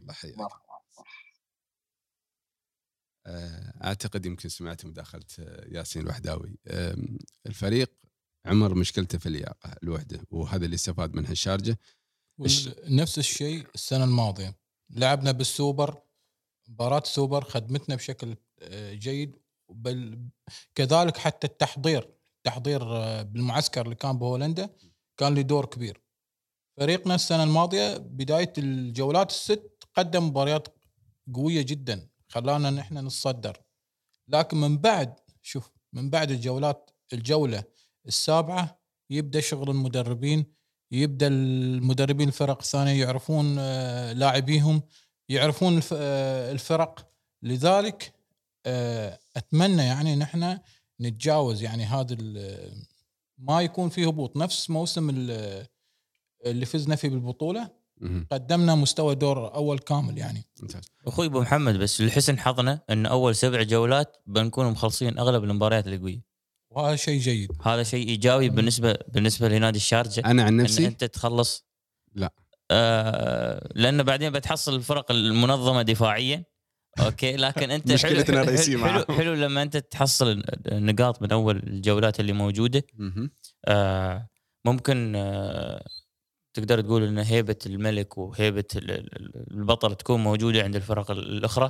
اعتقد يمكن سمعت مداخله ياسين الوحداوي. الفريق عمر مشكلته في اللياقه الوحده، وهذا اللي استفاد منها الشارجه. نفس الشيء السنه الماضيه لعبنا بالسوبر، مباراه السوبر خدمتنا بشكل جيد، بل كذلك حتى التحضير بالمعسكر اللي كان بهولندا كان له دور كبير. فريقنا السنه الماضيه بدايه الجولات الست قدم مباريات قويه جدا خلانا نحن نتصدر، لكن من بعد الجولة السابعة يبدأ شغل المدربين، يبدأ المدربين الفرق الثانية يعرفون لاعبيهم، يعرفون الفرق. لذلك أتمنى يعني نحن نتجاوز يعني هذا ما يكون فيه هبوط نفس موسم اللي فزنا فيه بالبطولة. قدمنا مستوى دور أول كامل يعني. أخوي أبو محمد، بس لحسن حظنا أن أول 7 جولات بنكون مخلصين أغلب المباريات القوية، وهذا شيء جيد، هذا شيء إيجابي بالنسبة لنادي الشارجة. أنا عن نفسي أن أنت تخلص لا لأن بعدين بتحصل الفرق المنظمة دفاعيا أوكي، لكن أنت مشكلتنا الرئيسية معه حلو لما أنت تحصل النقاط من أول الجولات اللي موجودة. ممكن تقدر تقول ان هيبة الملك وهيبة البطل تكون موجودة عند الفرق الأخرى.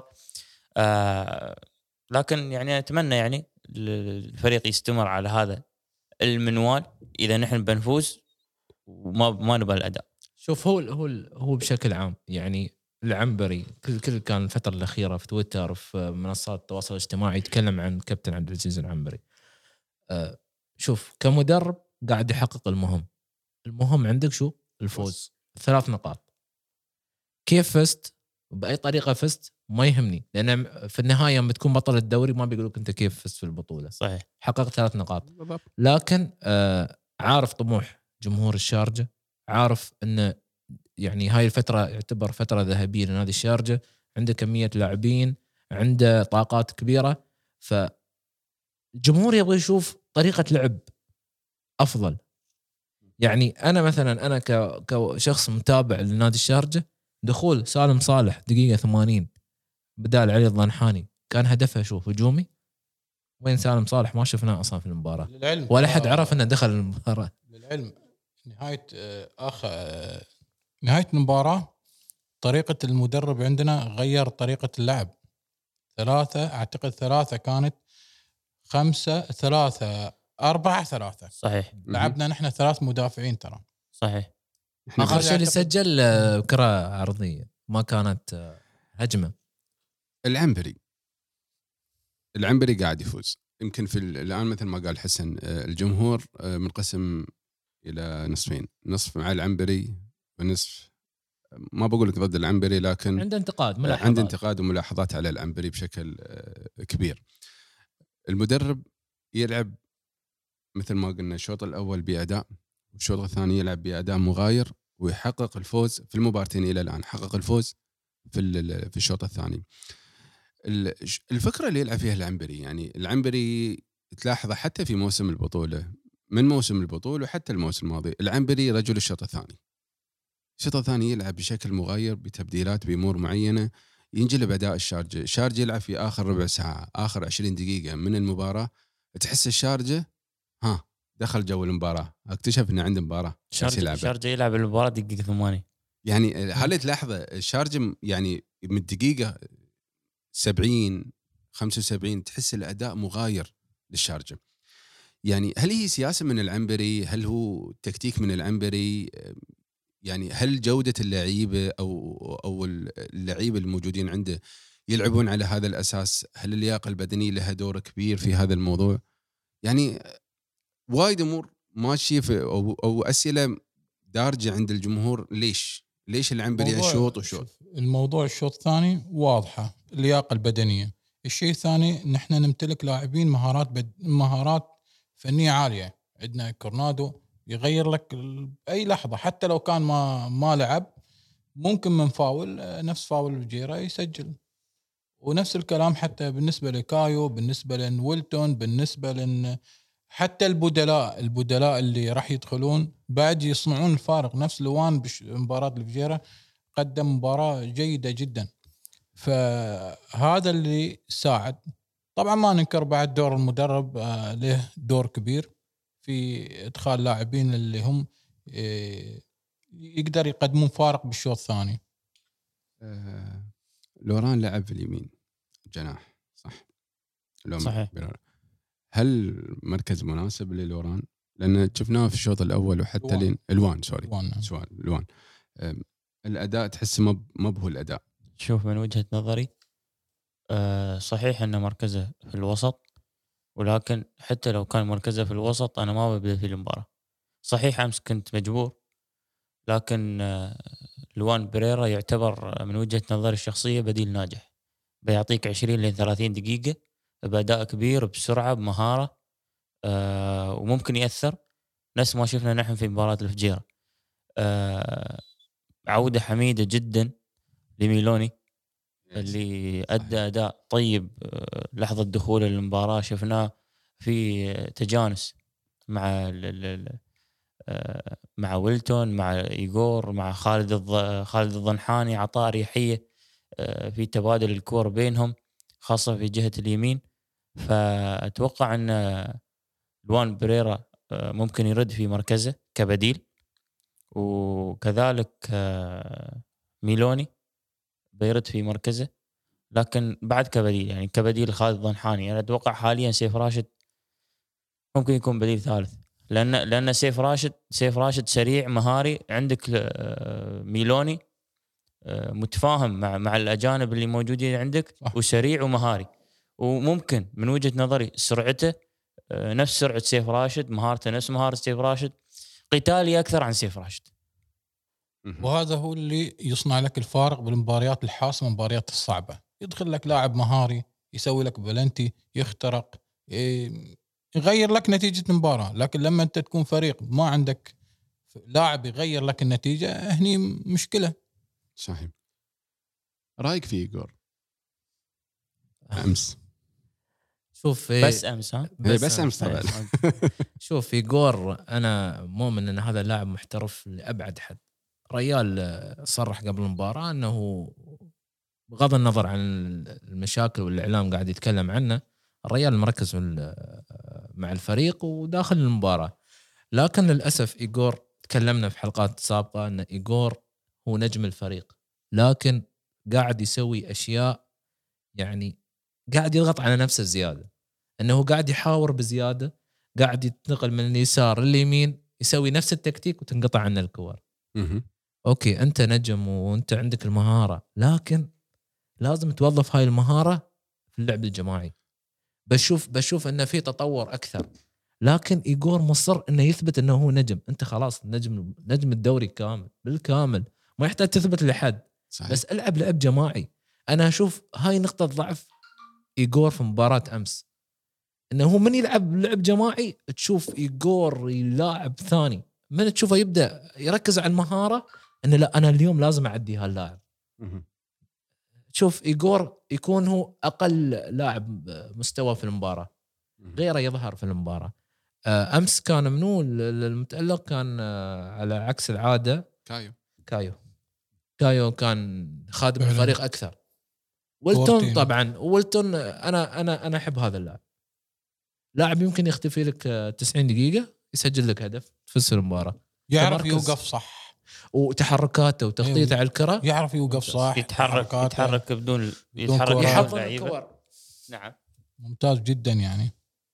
لكن يعني أتمنى يعني الفريق يستمر على هذا المنوال إذا نحن بنفوز وما نبغى الأداء. شوف هو بشكل عام يعني العنبري كل كان الفترة الأخيرة في تويتر وفي منصات التواصل الاجتماعي يتكلم عن كابتن عبد العزيز العنبري. شوف كمدرب قاعد يحقق المهم عندك شو الفوز 3 نقاط. كيف فزت بأي طريقة فزت ما يهمني، لأن في النهاية لما تكون بطل الدوري ما بيقولوك أنت كيف فزت في البطولة. صحيح. حققت 3 نقاط، لكن عارف طموح جمهور الشارجة، عارف أن يعني هاي الفترة يعتبر فترة ذهبية لنادي الشارجة، عنده كمية لاعبين، عنده طاقات كبيرة، فالجمهور يبغى يشوف طريقة لعب أفضل. يعني أنا مثلا أنا كشخص متابع لنادي الشارجة، دخول سالم صالح دقيقة 80 بدال علي الضنحاني كان هدفه شوف هجومي. وين سالم صالح؟ ما شفناه أصلا في المباراة، ولا حد عرف أنه دخل المباراة. للعلم نهاية المباراة طريقة المدرب عندنا غير طريقة اللعب. 3 كانت 5-3 4-3. صحيح. لعبنا نحن 3 مدافعين ترى. صحيح. آخر شيء اللي سجل كرة عرضية ما كانت هجمة. العنبري قاعد يفوز. يمكن في الآن مثل ما قال حسن الجمهور منقسم إلى نصفين، نصف مع العنبري ونصف ما بقول لك ضد العنبري، لكن عنده انتقاد وملاحظات على العنبري بشكل كبير. المدرب يلعب مثل ما قلنا الشوط الأول بأداء، والشوط الثاني يلعب بأداء مغاير، ويحقق الفوز في المباراتين. إلى الآن حقق الفوز في الشوط الثاني. الفكره اللي يلعب فيها العنبري، يعني العنبري تلاحظه حتى في موسم البطوله، من موسم البطوله وحتى الموسم الماضي، العنبري رجل الشوط الثاني. الشوط الثاني يلعب بشكل مغاير بتبديلات بامور معينه، ينجلب اداء الشارجه يلعب في اخر ربع ساعه، اخر 20 دقيقه من المباراه، تحس الشارجه دخل جو المباراه، اكتشف انه عنده مباراه. شارجه يلعب المباراه دقيقه 8. يعني هل تلاحظه الشارجه يعني من الدقيقه 70 75 تحس الاداء مغاير للشارجه. يعني هل هي سياسه من العنبري؟ هل هو تكتيك من العنبري؟ يعني هل جوده اللعيبه او اللعيبه الموجودين عنده يلعبون على هذا الاساس؟ هل اللياقه البدنيه لها دور كبير في هذا الموضوع؟ يعني وايد امور ماشيه او اسئله دارجه عند الجمهور. ليش العنبري يشوط وشوط؟ الموضوع الشوط الثاني واضحه، اللياقه البدنيه. الشيء الثاني نحن نمتلك لاعبين مهارات فنيه عاليه. عندنا كورنادو يغير لك اي لحظه، حتى لو كان ما لعب ممكن من فاول نفس فاول فيجيرا يسجل. ونفس الكلام حتى بالنسبه لكايو، بالنسبه لويلتون، بالنسبه لن حتى البدلاء اللي راح يدخلون بعد يصنعون الفارق. نفس لوان بمباراة الفجيرة قدم مباراة جيدة جدا، فهذا اللي ساعد. طبعا ما ننكر بعد دور المدرب له دور كبير في ادخال لاعبين اللي هم يقدر يقدمون فارق بالشوط الثاني. لوران لعب في اليمين جناح صح؟ صحيح. هل مركز مناسب للوران؟ لأن شفناه في الشوط الأول وحتى الوان الأداء تحس ما بهو الأداء. شوف من وجهة نظري صحيح أن مركزه في الوسط، ولكن حتى لو كان مركزه في الوسط أنا ما ببدأ في المباراة. صحيح أمس كنت مجبور، لكن لوان بريرا يعتبر من وجهة نظري الشخصية بديل ناجح، بيعطيك 20 ل 30 دقيقة بأداء كبير، بسرعة، بمهارة، وممكن يأثر نفس ما شفنا نحن في مباراة الفجيرة. عودة حميدة جدا لميلوني اللي أدى أداء طيب. لحظة دخول المباراة شفناه في تجانس مع ويلتون، مع إيغور، مع خالد الضنحاني، عطاء ريحية في تبادل الكور بينهم خاصة في جهة اليمين. فأتوقع أن لوان بريرا ممكن يرد في مركزه كبديل، وكذلك ميلوني بيرد في مركزه لكن بعد كبديل، يعني كبديل خالد الضنحاني. أنا أتوقع حاليا سيف راشد ممكن يكون بديل ثالث، لأن سيف راشد سريع مهاري. عندك ميلوني متفاهم مع الأجانب اللي موجودين عندك وسريع ومهاري، وممكن من وجهة نظري سرعته نفس سرعة سيف راشد، مهارته نفس مهارة سيف راشد، قتالي أكثر عن سيف راشد. وهذا هو اللي يصنع لك الفارق بالمباريات الحاسمة، المباريات الصعبة. يدخل لك لاعب مهاري يسوي لك بلنتي، يخترق، يغير لك نتيجة المباراة. لكن لما أنت تكون فريق ما عندك لاعب يغير لك النتيجة، هني مشكلة. صحيح. رأيك في إيغور أمس؟ شوف بس أمس بس أمس طبعا. شوف إيغور أنا مؤمن أن هذا لاعب محترف لأبعد حد. ريال صرح قبل المباراة أنه بغض النظر عن المشاكل والإعلام قاعد يتكلم عنه، الريال مركز مع الفريق وداخل المباراة. لكن للأسف إيغور تكلمنا في حلقات سابقة أن إيغور هو نجم الفريق، لكن قاعد يسوي أشياء يعني قاعد يضغط على نفسه زيادة، أنه قاعد يحاور بزيادة، قاعد يتنقل من اليسار لليمين، يسوي نفس التكتيك وتنقطع عنه الكور. أوكي أنت نجم وأنت عندك المهارة، لكن لازم توظف هاي المهارة في اللعب الجماعي. بشوف أنه في تطور أكثر، لكن إيغور مصر أنه يثبت أنه هو نجم. أنت خلاص نجم الدوري بالكامل، ما يحتاج تثبت لحد. صحيح. بس ألعب لعب جماعي. أنا أشوف هاي نقطة ضعف إيغور في مباراة أمس، أنه هو من يلعب لعب جماعي تشوف إيغور يلاعب ثاني، من تشوفه يبدأ يركز على المهارة أنه لا أنا اليوم لازم أعدي هاللاعب. تشوف ايجور يكون هو اقل لاعب مستوى في المباراه، غيره يظهر في المباراه. امس كان منو المتألق، كان على عكس العاده كايو كان خادم الفريق اكثر. ويلتون طبعا، ويلتون انا احب هذا اللاعب. لاعب يمكن يختفي لك 90 دقيقه يسجل لك هدف تفوز المباراه، يعرف يوقف صح، وتحركاته وتخطيطه على الكره، يعرف يوقف صح، يتحرك بدون يحفظ الكور. نعم ممتاز جدا يعني.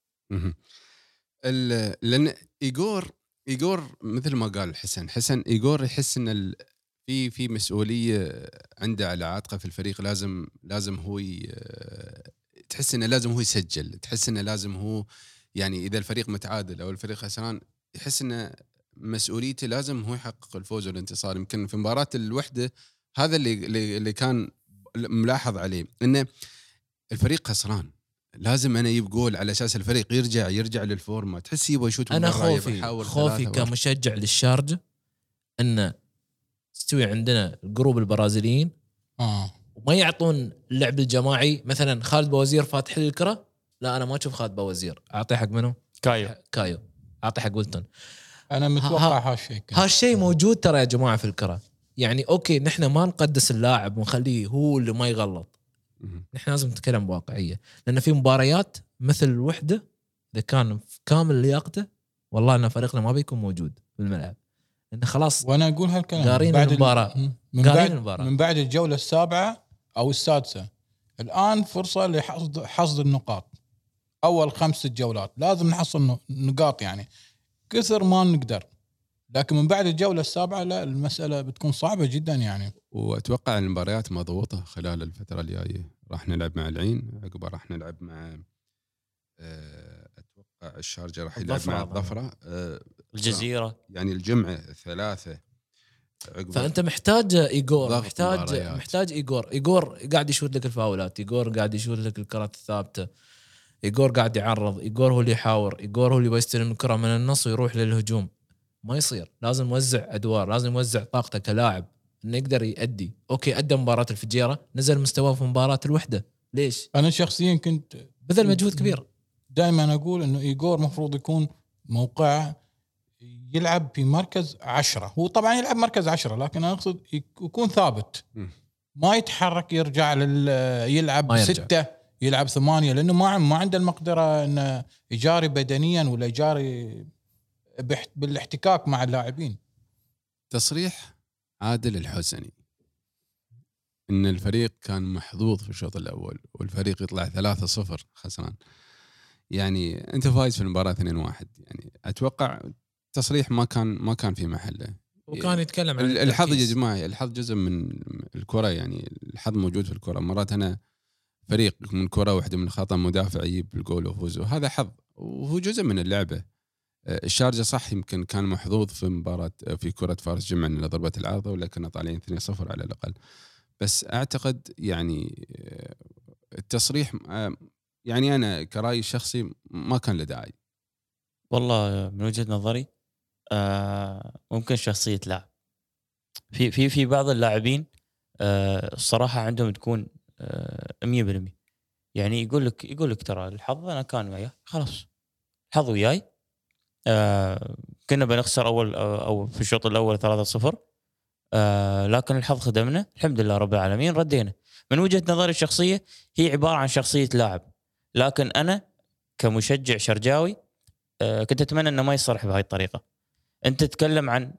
لان ايجور مثل ما قال حسن ايجور يحس ان في مسؤوليه عنده على عاتقه في الفريق. لازم هو تحس انه لازم هو يسجل، تحس انه لازم هو يعني اذا الفريق متعادل او الفريق خسران يحس انه مسؤوليته لازم هو يحقق الفوز والانتصار. يمكن في مباراه الوحده هذا اللي كان ملاحظ عليه، انه الفريق خسران لازم انا اجيب جول على اساس الفريق يرجع للفورمه. تحس يبغى يشوت. انا خوفي كمشجع للشارجه ان تستوي عندنا الجروب البرازيليين وما يعطون اللعب الجماعي. مثلا خالد بوزير فاتح لي الكره، لا انا ما اشوف خالد بوزير، اعطيه حق منه كايو اعطيه حق ويلتون. انا متوقع هالشيء موجود ترى يا جماعه في الكره. يعني اوكي نحن ما نقدس اللاعب ونخليه هو اللي ما يغلط، نحن لازم نتكلم بواقعيه. لان في مباريات مثل الوحده اذا كان في كامل لياقته والله ان فريقنا ما بيكون موجود في الملعب، لأن خلاص. وانا اقول هالكلام قارين المباراه من بعد الجوله السابعه او السادسه. الان فرصه لحصد النقاط. اول 5 جولات لازم نحصل نقاط، يعني كثر ما نقدر. لكن من بعد الجوله السابعه لا، المساله بتكون صعبه جدا يعني. واتوقع المباريات مضغوطه خلال الفتره الجايه. راح نلعب مع العين، عقبه راح نلعب مع اتوقع الشارجه، راح يلعب مع الظفره، الجزيره، يعني الجمعه 3. فانت محتاج ايجور، محتاج ايجور قاعد يشوت لك الفاولات، ايجور قاعد يشوت لك الكرات الثابته، ايجور قاعد يعرض، ايجور هو اللي يحاور، ايجور هو اللي يستلم الكره من النص ويروح للهجوم. ما يصير، لازم نوزع ادوار، لازم نوزع طاقته كلاعب انه يقدر يؤدي. اوكي ادى مباراه الفجيره، نزل مستواه في مباراه الوحده. ليش؟ انا شخصيا كنت بذل مجهود كبير. دائما اقول انه ايجور مفروض يكون موقعه يلعب في مركز 10. هو طبعا يلعب مركز 10، لكن انا اقصد يكون ثابت، ما يتحرك يرجع يلعب 6 يلعب 8، لانه ما عنده المقدره انه يجاري بدنيا ولا يجاري بالاحتكاك مع اللاعبين. تصريح عادل الحسني ان الفريق كان محظوظ في الشوط الاول والفريق يطلع 3-0 خسران. يعني انت فايز في المباراه 2-1، يعني اتوقع تصريح ما كان في محله. وكان يتكلم عن الحظ يا جماعه، الحظ جزء من الكره، يعني الحظ موجود في الكره. مرات انا فريق من كره واحده من خطا مدافع يجيب الجول ويفوز، وهذا حظ وهو جزء من اللعبه. الشارجه صح يمكن كان محظوظ في مباراه في كره فارس جمعة اللي ضربت العارضه، ولكن طالعين 2-0 على الاقل. بس اعتقد يعني التصريح يعني انا كرايي الشخصي ما كان له داعي. والله من وجهة نظري ممكن شخصية لاعب. في بعض اللاعبين الصراحة عندهم تكون 100%. يعني يقول لك ترى الحظ انا كان وياه، خلاص الحظ وياي. كنا بنخسر او في الشوط الاول 3-0، لكن الحظ خدمنا الحمد لله رب العالمين، ردينا. من وجهة نظري الشخصية هي عبارة عن شخصية لاعب، لكن أنا كمشجع شرجاوي كنت أتمنى أنه ما يصرح بهاي الطريقة. أنت تتكلم عن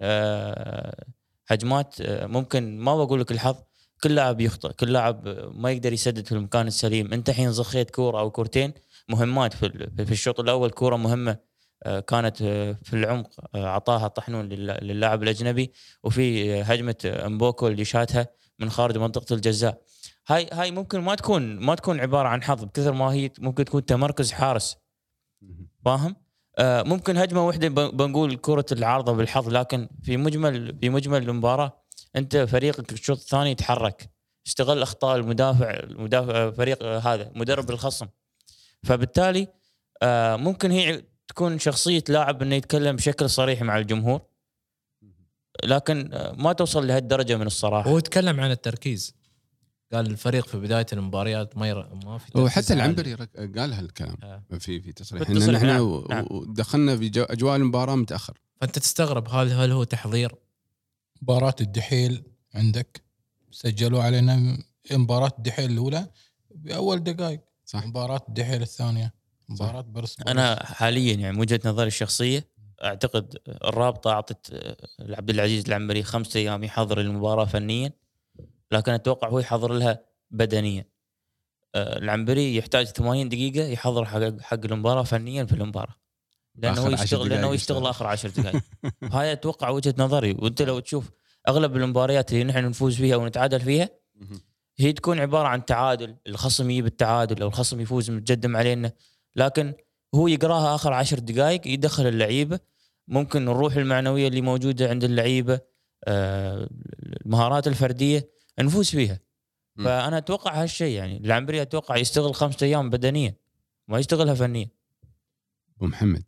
هجمات، ممكن ما بقول لك الحظ، كل لاعب يخطئ، كل لاعب ما يقدر يسدد في المكان السليم. أنت حين زخيت كورة أو كورتين مهمات في الشوط الأول، كورة مهمة كانت في العمق عطاها طحنون للاعب الأجنبي، وفي هجمة امبوكو اللي شاتها من خارج منطقة الجزاء. هاي ممكن ما تكون عبارة عن حظ بكثر ما هي ممكن تكون تمركز حارس، فاهم؟ ممكن هجمة واحدة بنقول كرة العارضة بالحظ، لكن في مجمل المباراة أنت فريقك الشوط الثاني يتحرك، استغل أخطاء المدافع فريق هذا مدرب الخصم. فبالتالي ممكن هي تكون شخصية لاعب إنه يتكلم بشكل صريح مع الجمهور، لكن ما توصل لهالدرجة من الصراحة. هو يتكلم عن التركيز، قال الفريق في بدايه المباريات ما في وحتى تركيز عالي. العنبري قال هالكلام آه. في تصريح بالتصريح، ان احنا نعم. ودخلنا في اجواء المباراه متاخر. فانت تستغرب هل هو تحضير؟ مباراة الدحيل عندك سجلوا علينا مباراة الدحيل الأولى بأول دقائق، صح. مباراة الدحيل الثانية مباراة برس. انا حاليا يعني من وجهه نظري الشخصيه اعتقد الرابطه اعطت عبد العزيز العنبري 5 أيام يحضر المباراه فنيا، لكن اتوقع هو يحضر لها بدنيا. العنبري يحتاج 80 دقيقه يحضر حق المباراه فنيا في المباراه، لانه يشتغل اخر 10 دقائق. هاي اتوقع وجهه نظري. وانت لو تشوف اغلب المباريات اللي نحن نفوز فيها ونتعادل فيها هي تكون عباره عن تعادل، الخصم يجيب التعادل او الخصم يفوز متقدم علينا، لكن هو يقراها اخر 10 دقائق، يدخل اللعيبه، ممكن الروح المعنويه اللي موجوده عند اللعيبه، المهارات الفرديه نفوز فيها. فانا اتوقع هالشيء، يعني العنبري اتوقع يشتغل 5 أيام بدنيا ما يشتغلها فنيا. ابو محمد،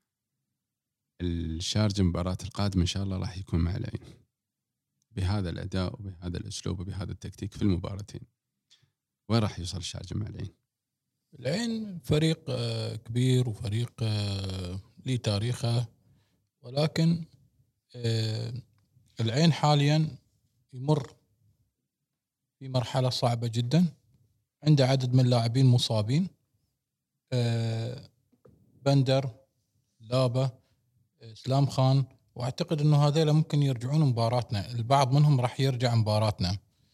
الشارجة المباراة القادمة ان شاء الله راح يكون مع العين بهذا الاداء وبهذا الاسلوب وبهذا التكتيك في المباراتين، وين راح يوصل الشارجة مع العين؟ العين فريق كبير وفريق ليه تاريخه، ولكن العين حاليا يمر في مرحلة صعبة جدا، عنده عدد من اللاعبين مصابين، بندر، لابة، اسلام خان، واعتقد انه هذول ممكن يرجعون مباراتنا، البعض منهم راح يرجع مباراتنا.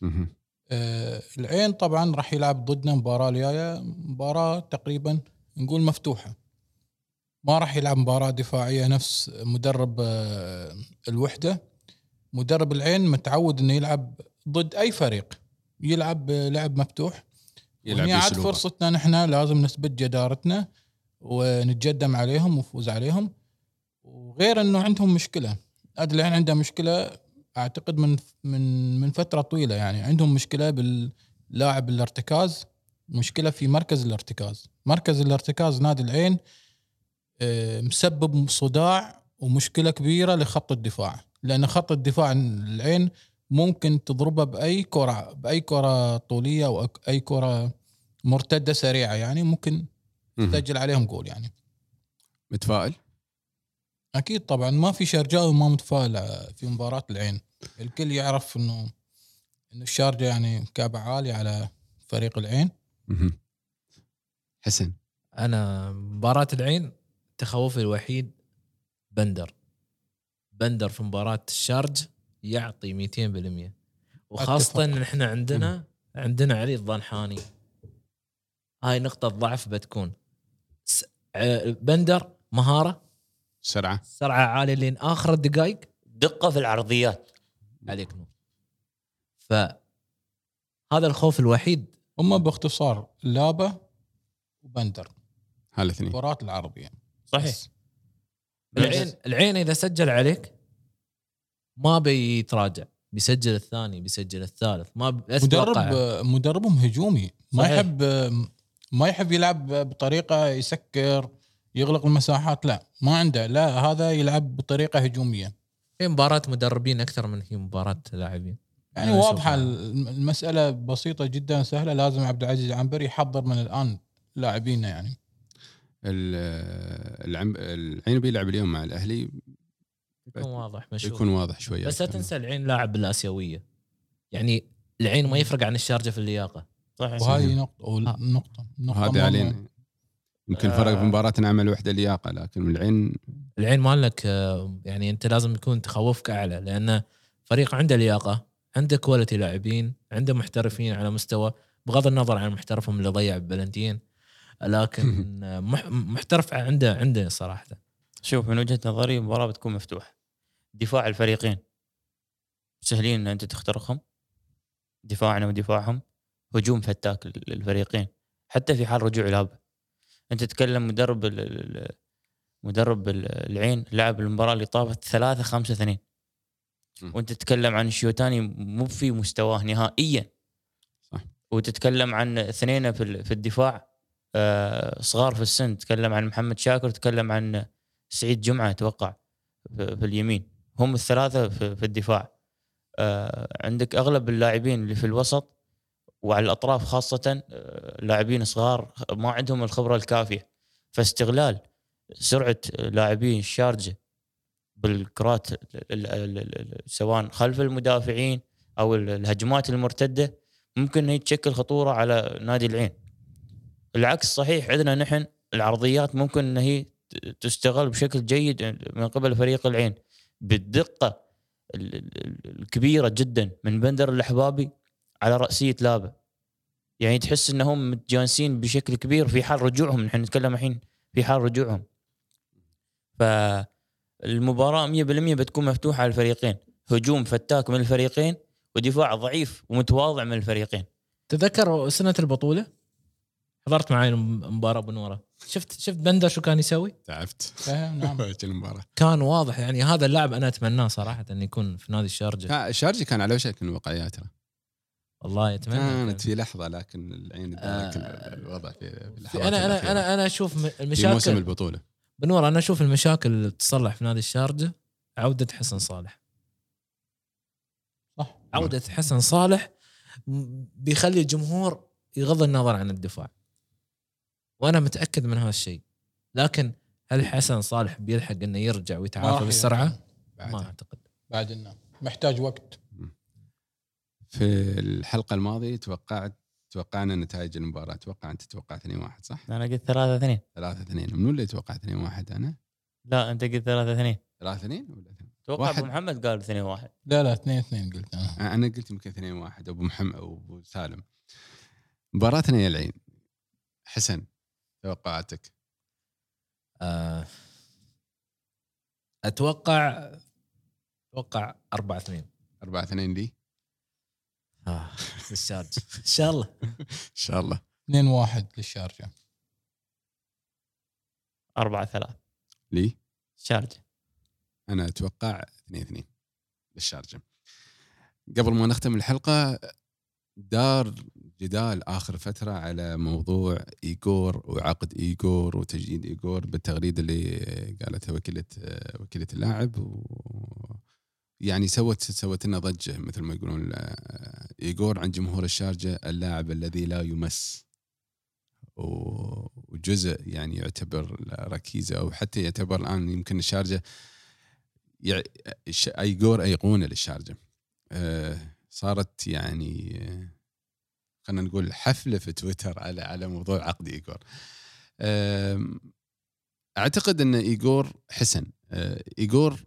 العين طبعا راح يلعب ضدنا مباراة الجاية، مباراة تقريبا نقول مفتوحة، ما راح يلعب مباراة دفاعية نفس مدرب الوحدة. مدرب العين متعود انه يلعب ضد اي فريق يلعب لعب مفتوح، يعني عاد فرصتنا نحن لازم نثبت جدارتنا ونتقدم عليهم ونفوز عليهم. وغير انه عندهم مشكلة، العين عندها مشكلة اعتقد من فترة طويلة، يعني عندهم مشكلة باللاعب الارتكاز، مشكلة في مركز الارتكاز نادي العين مسبب صداع ومشكلة كبيرة لخط الدفاع، لأن خط الدفاع العين ممكن تضربه بأي كرة طولية أو أي كرة مرتدة سريعة، يعني ممكن تسجل عليهم جول. يعني متفائل؟ أكيد طبعا، ما في شرجاوي ما متفائل في مباراة العين. الكل يعرف إنه الشارجة يعني كعب عالي على فريق العين. حسن، أنا مباراة العين تخوفي الوحيد بندر في مباراة الشارج يعطي 200%، وخاصة إن إحنا عندنا علي الضنحاني، هاي نقطة ضعف بتكون. بندر مهارة، سرعة عالية لين آخر الدقائق، دقة في العرضيات، عليك نور. فهذا الخوف الوحيد. هم باختصار لابة وبندر هالاثنين كرات العرضية. صحيح. العين إذا سجل عليك ما بيتراجع، بيسجل الثاني، بيسجل الثالث. ما مدربهم هجومي، ما يحب يلعب بطريقة يسكر يغلق المساحات، لا ما عنده، لا هذا يلعب بطريقة هجومية. هي مباراة مدربين أكثر من هي مباراة لاعبين، يعني واضحة المسألة بسيطة جدا سهلة. لازم عبد العزيز العنبري يحضر من الآن لاعبينه. يعني العين بيلعب اليوم مع الأهلي، يكون واضح شوية. بس لا تنسى العين لاعب بالآسيوية، يعني العين ما يفرق عن الشارجة في اللياقة. صحيح. وهذه نقطة وهذه علينا يمكن فرق في مباراة نعمل وحدة لياقة، لكن العين ما لك، يعني أنت لازم يكون تخوفك أعلى، لأن فريق عنده لياقة، عنده كواليتي لاعبين، عنده محترفين على مستوى، بغض النظر عن محترفهم اللي ضيع ببلنتين، لكن محترف عنده صراحة. شوف من وجهة نظري المباراة بتكون مفتوحة، دفاع الفريقين سهلين ان انت تخترقهم، دفاعنا ودفاعهم، هجوم فتاك للفريقين حتى في حال رجوع لابه. انت تتكلم مدرب العين لعب المباراة اللي طافت 3-5-2، وانت تتكلم عن الشيوتاني مو في مستواه نهائيا، صح. وتتكلم عن اثنين في الدفاع صغار في السن، تتكلم عن محمد شاكر، تتكلم عن سعيد جمعة اتوقع في اليمين، هم الثلاثة في الدفاع. عندك اغلب اللاعبين اللي في الوسط وعلى الأطراف خاصة لاعبين صغار ما عندهم الخبرة الكافية. فاستغلال سرعة لاعبين الشارجة بالكرات سواء خلف المدافعين أو الهجمات المرتدة ممكن هي تشكل خطورة على نادي العين. العكس صحيح، عندنا نحن العرضيات ممكن أن هي تستغل بشكل جيد من قبل فريق العين بالدقة الكبيرة جدا من بندر الأحبابي على رأسية لابة. يعني تحس أنهم متجانسين بشكل كبير في حال رجوعهم. نحن نتكلم الحين في حال رجوعهم. فالمباراة 100% بتكون مفتوحة على الفريقين، هجوم فتاك من الفريقين ودفاع ضعيف ومتواضع من الفريقين. تذكر سنة البطولة حضرت معي المباراة بنورة، شفت بندر شو كان يسوي؟ تعبت. نعم. المباراة كان واضح يعني هذا اللاعب أنا أتمناه صراحة أن يكون في نادي الشارجة. الشارجة كان على وشك من الوقعيات، والله يتمنى. كانت في لحظة لكن العين ادارك الوضع في اللحظات أنا أشوف المشاكل في موسم البطولة بنورة. أنا أشوف المشاكل اللي تصلح في نادي الشارجة عودة حسن صالح. صح. عودة حسن صالح بيخلي الجمهور يغض النظر عن الدفاع، وأنا متأكد من هذا الشيء. لكن هل حسن صالح بيلحق إنه يرجع ويتعافى بالسرعة؟ ما أعتقد. بعد إنه محتاج وقت. في الحلقة الماضية توقعنا نتائج المباراة. أنت توقعت 2-1 صح؟ أنا قلت 3-2. 3-2. منو اللي توقع 2-1 أنا؟ لا أنت قلت 3-2. 3-2 ولا 2؟ توقع أبو محمد قال 2-1. لا 2-2 قلت أنا قلت يمكن 2-1 أبو محمد أو أبو سالم. مباراتنا يا العين. حسن توقعاتك؟ أتوقع 4-2. 4-2 لي؟ للشارجة إن شاء الله. إن شاء الله. 2-1 للشارجة. 4-3 لي؟ شارجة. أنا أتوقع 2-2 للشارجة. قبل ما نختم الحلقة، دار جدال آخر فترة على موضوع إيغور وعقد إيغور وتجديد إيغور بالتغريدة اللي قالتها وكيلة اللاعب، يعني سوت لنا ضجة مثل ما يقولون. إيغور عند جمهور الشارجة اللاعب الذي لا يمس، وجزء يعني يعتبر ركيزة، أو حتى يعتبر الآن يمكن الشارجة إيغور أيقونة للشارجة. صارت يعني خلينا نقول حفلة في تويتر على موضوع عقد إيغور. أعتقد أن إيغور حسن إيغور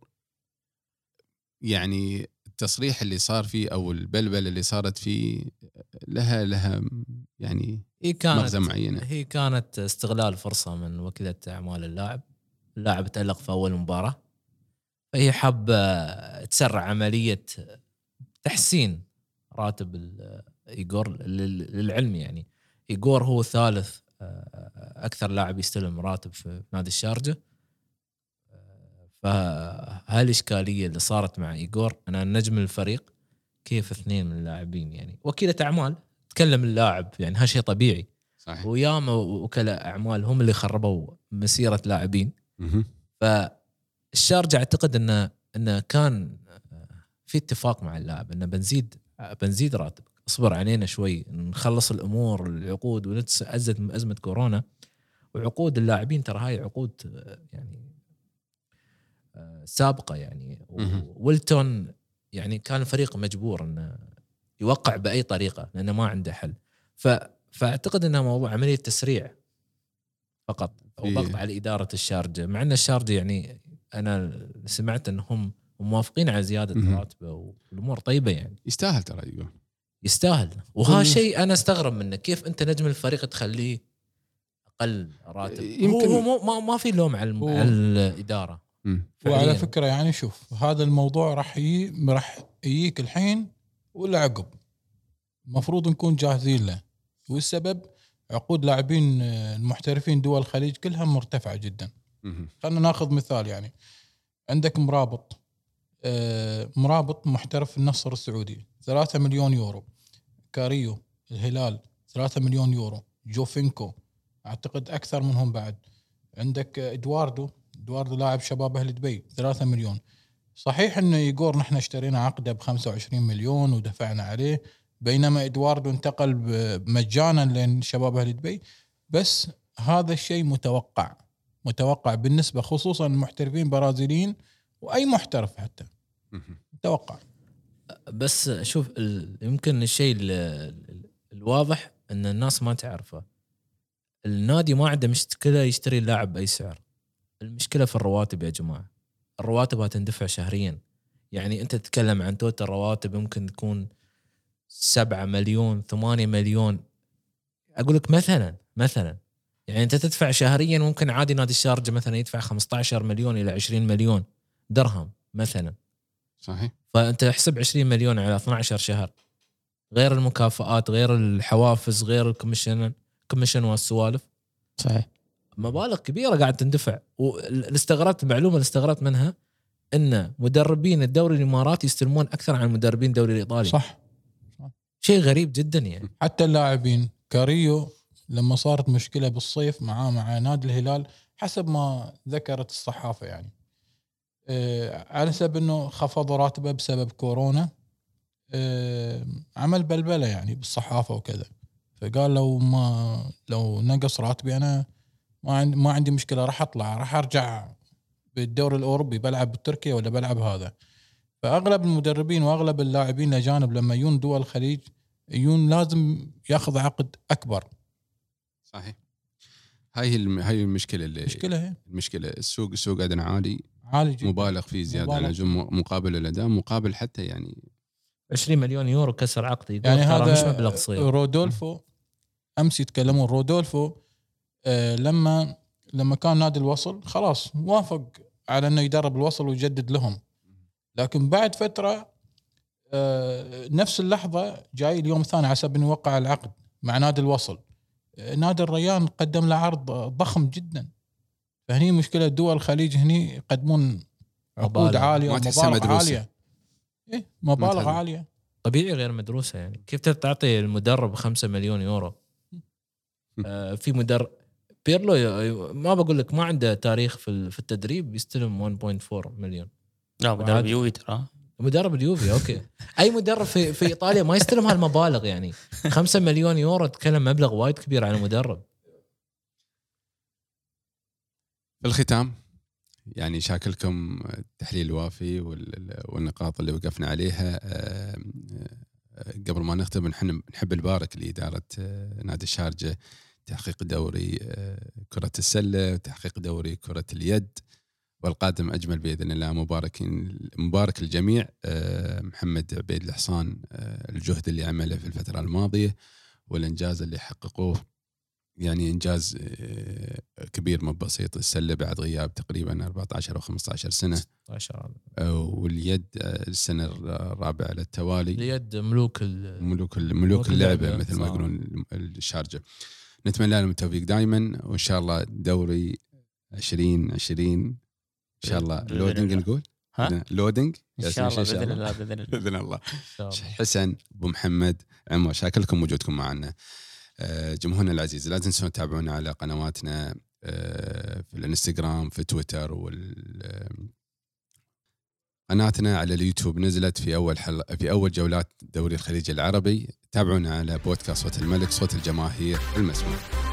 يعني التصريح اللي صار فيه أو البلبل اللي صارت فيه لها يعني مغزى معينة. هي كانت استغلال فرصة من وكيلة أعمال اللاعب تألق في أول مباراة، فهي حابة تسرع عملية تحسين راتب إيغور. للعلم يعني إيغور هو ثالث أكثر لاعب يستلم راتب في نادي الشارجة. فهالإشكالية اللي صارت مع إيغور، أنا نجم الفريق كيف 2 من اللاعبين يعني وكيلة أعمال تكلم اللاعب، يعني هالشيء طبيعي. صحيح. وياما وكلاء أعمال هم اللي خربوا مسيرة لاعبين. فالشارجة أعتقد إنه كان في اتفاق مع اللاعب إنه بنزيد راتبك، اصبر علينا شوي نخلص الأمور العقود ونتأزم أزمة كورونا. وعقود اللاعبين ترى هاي عقود يعني سابقة يعني. ويلتون يعني كان الفريق مجبور إنه يوقع بأي طريقة لأنه ما عنده حل. فأعتقد إنه موضوع عملية تسريع فقط أو ضغط على إدارة الشارجة، مع أن الشارجة يعني أنا سمعت أنهم موافقين على زيادة راتبه والأمور طيبة يعني. يستاهل ترى يقول يستاهل. وها شيء أنا استغرب منه، كيف أنت نجم الفريق تخليه أقل راتب؟ يمكن هو ما في لوم على الإدارة. وعلى فكرة يعني شوف هذا الموضوع راح يجيك الحين ولا عقب، المفروض نكون جاهزين له. والسبب عقود لاعبين المحترفين دول الخليج كلها مرتفعة جدا. خلنا ناخذ مثال، يعني عندك مرابط محترف النصر السعودي 3 مليون يورو، كاريو الهلال 3 مليون يورو، جوفينكو أعتقد أكثر منهم بعد، عندك إدواردو لاعب شباب أهل دبي 3 مليون. صحيح إنه إيغور نحن اشترينا عقده ب25 مليون ودفعنا عليه، بينما ادواردو انتقل مجانا لين شباب اهل دبي. بس هذا الشيء متوقع بالنسبه خصوصا المحترفين برازيليين واي محترف حتى متوقع. بس شوف يمكن الشيء الواضح ان الناس ما تعرفه، النادي ما عنده مشكله يشتري اللاعب باي سعر. المشكله في الرواتب يا جماعه، الرواتب هتندفع شهريا. يعني انت تتكلم عن توتال رواتب ممكن تكون 7 مليون 8 مليون، اقول لك مثلا يعني انت تدفع شهريا ممكن عادي نادي الشارجه مثلا يدفع 15 مليون الى 20 مليون درهم مثلا. صحيح. فانت احسب 20 مليون على 12 شهر، غير المكافآت، غير الحوافز، غير الكوميشن والسوالف. صحيح. مبالغ كبيره قاعد تندفع. المعلومه اللي استغربت منها ان مدربين الدوري الاماراتي يستلمون اكثر عن مدربين الدوري الايطالي. صح. شيء غريب جدا يعني. حتى اللاعبين كاريو لما صارت مشكله بالصيف مع نادي الهلال حسب ما ذكرت الصحافه يعني على سبب انه خفضوا راتبه بسبب كورونا، عمل بلبله يعني بالصحافه وكذا. فقال لو نقص راتبي انا ما عندي مشكله، راح ارجع بالدوري الاوروبي، بلعب بتركيا ولا بلعب هذا. فاغلب المدربين واغلب اللاعبين الاجانب لما يجون دول الخليج لازم ياخذ عقد اكبر. صحيح. هاي المشكله المشكله السوق عندنا عالي جدا، مبالغ فيه زياده عن اللزوم مقابل الاداء، مقابل حتى يعني 20 مليون يورو كسر عقدي يعني هذا مش مبلغ صغير. رودولفو امس يتكلمون رودولفو لما كان نادي الوصل خلاص وافق على انه يدرب الوصل ويجدد لهم، لكن بعد فتره نفس اللحظه جاي اليوم الثاني على سبب انه يوقع العقد مع نادي الوصل، نادي الريان قدم له عرض ضخم جدا. فهني مشكله دول الخليج هني يقدمون عقود عاليه ومبالغ عاليه. مبالغ عاليه طبيعي غير مدروسه. يعني كيف تعطي المدرب 5 مليون يورو؟ في مدرب بيرلو ما بقول لك ما عنده تاريخ في التدريب يستلم 1.4 مليون. لا مدرب يوفي ترى، مدرب اليوفي اوكي. اي مدرب في ايطاليا ما يستلم هالمبالغ يعني. 5 مليون يورو تكلم مبلغ وايد كبير على مدرب. في الختام يعني شاكلكم التحليل الوافي والنقاط اللي وقفنا عليها. قبل ما نختم نحب نبارك لإدارة نادي الشارجة تحقيق دوري كرة السلة وتحقيق دوري كرة اليد، والقادم أجمل بإذن الله. مبارك للجميع. محمد عبيد الحصان الجهد اللي عمله في الفترة الماضية والإنجاز اللي حققوه، يعني إنجاز كبير مو بسيط. السلة بعد غياب تقريبا 14 أو 15 سنة، واليد السنة الرابعة على التوالي. اليد ملوك اللعبة مثل ما يقولون الشارجة. نتمنى لهم التوفيق دائما، وإن شاء الله دوري 2020 إن شاء الله لودينج نقول لودينج إن شاء الله بإذن الله. حسن أبو محمد عمر، شاكركم وجودكم معنا. جمهورنا العزيز لا تنسون تتابعونا على قنواتنا في الانستغرام في تويتر، قناتنا على اليوتيوب نزلت في أول جولات دوري الخليج العربي. تابعونا على بودكاست صوت الملك، صوت الجماهير المسموع.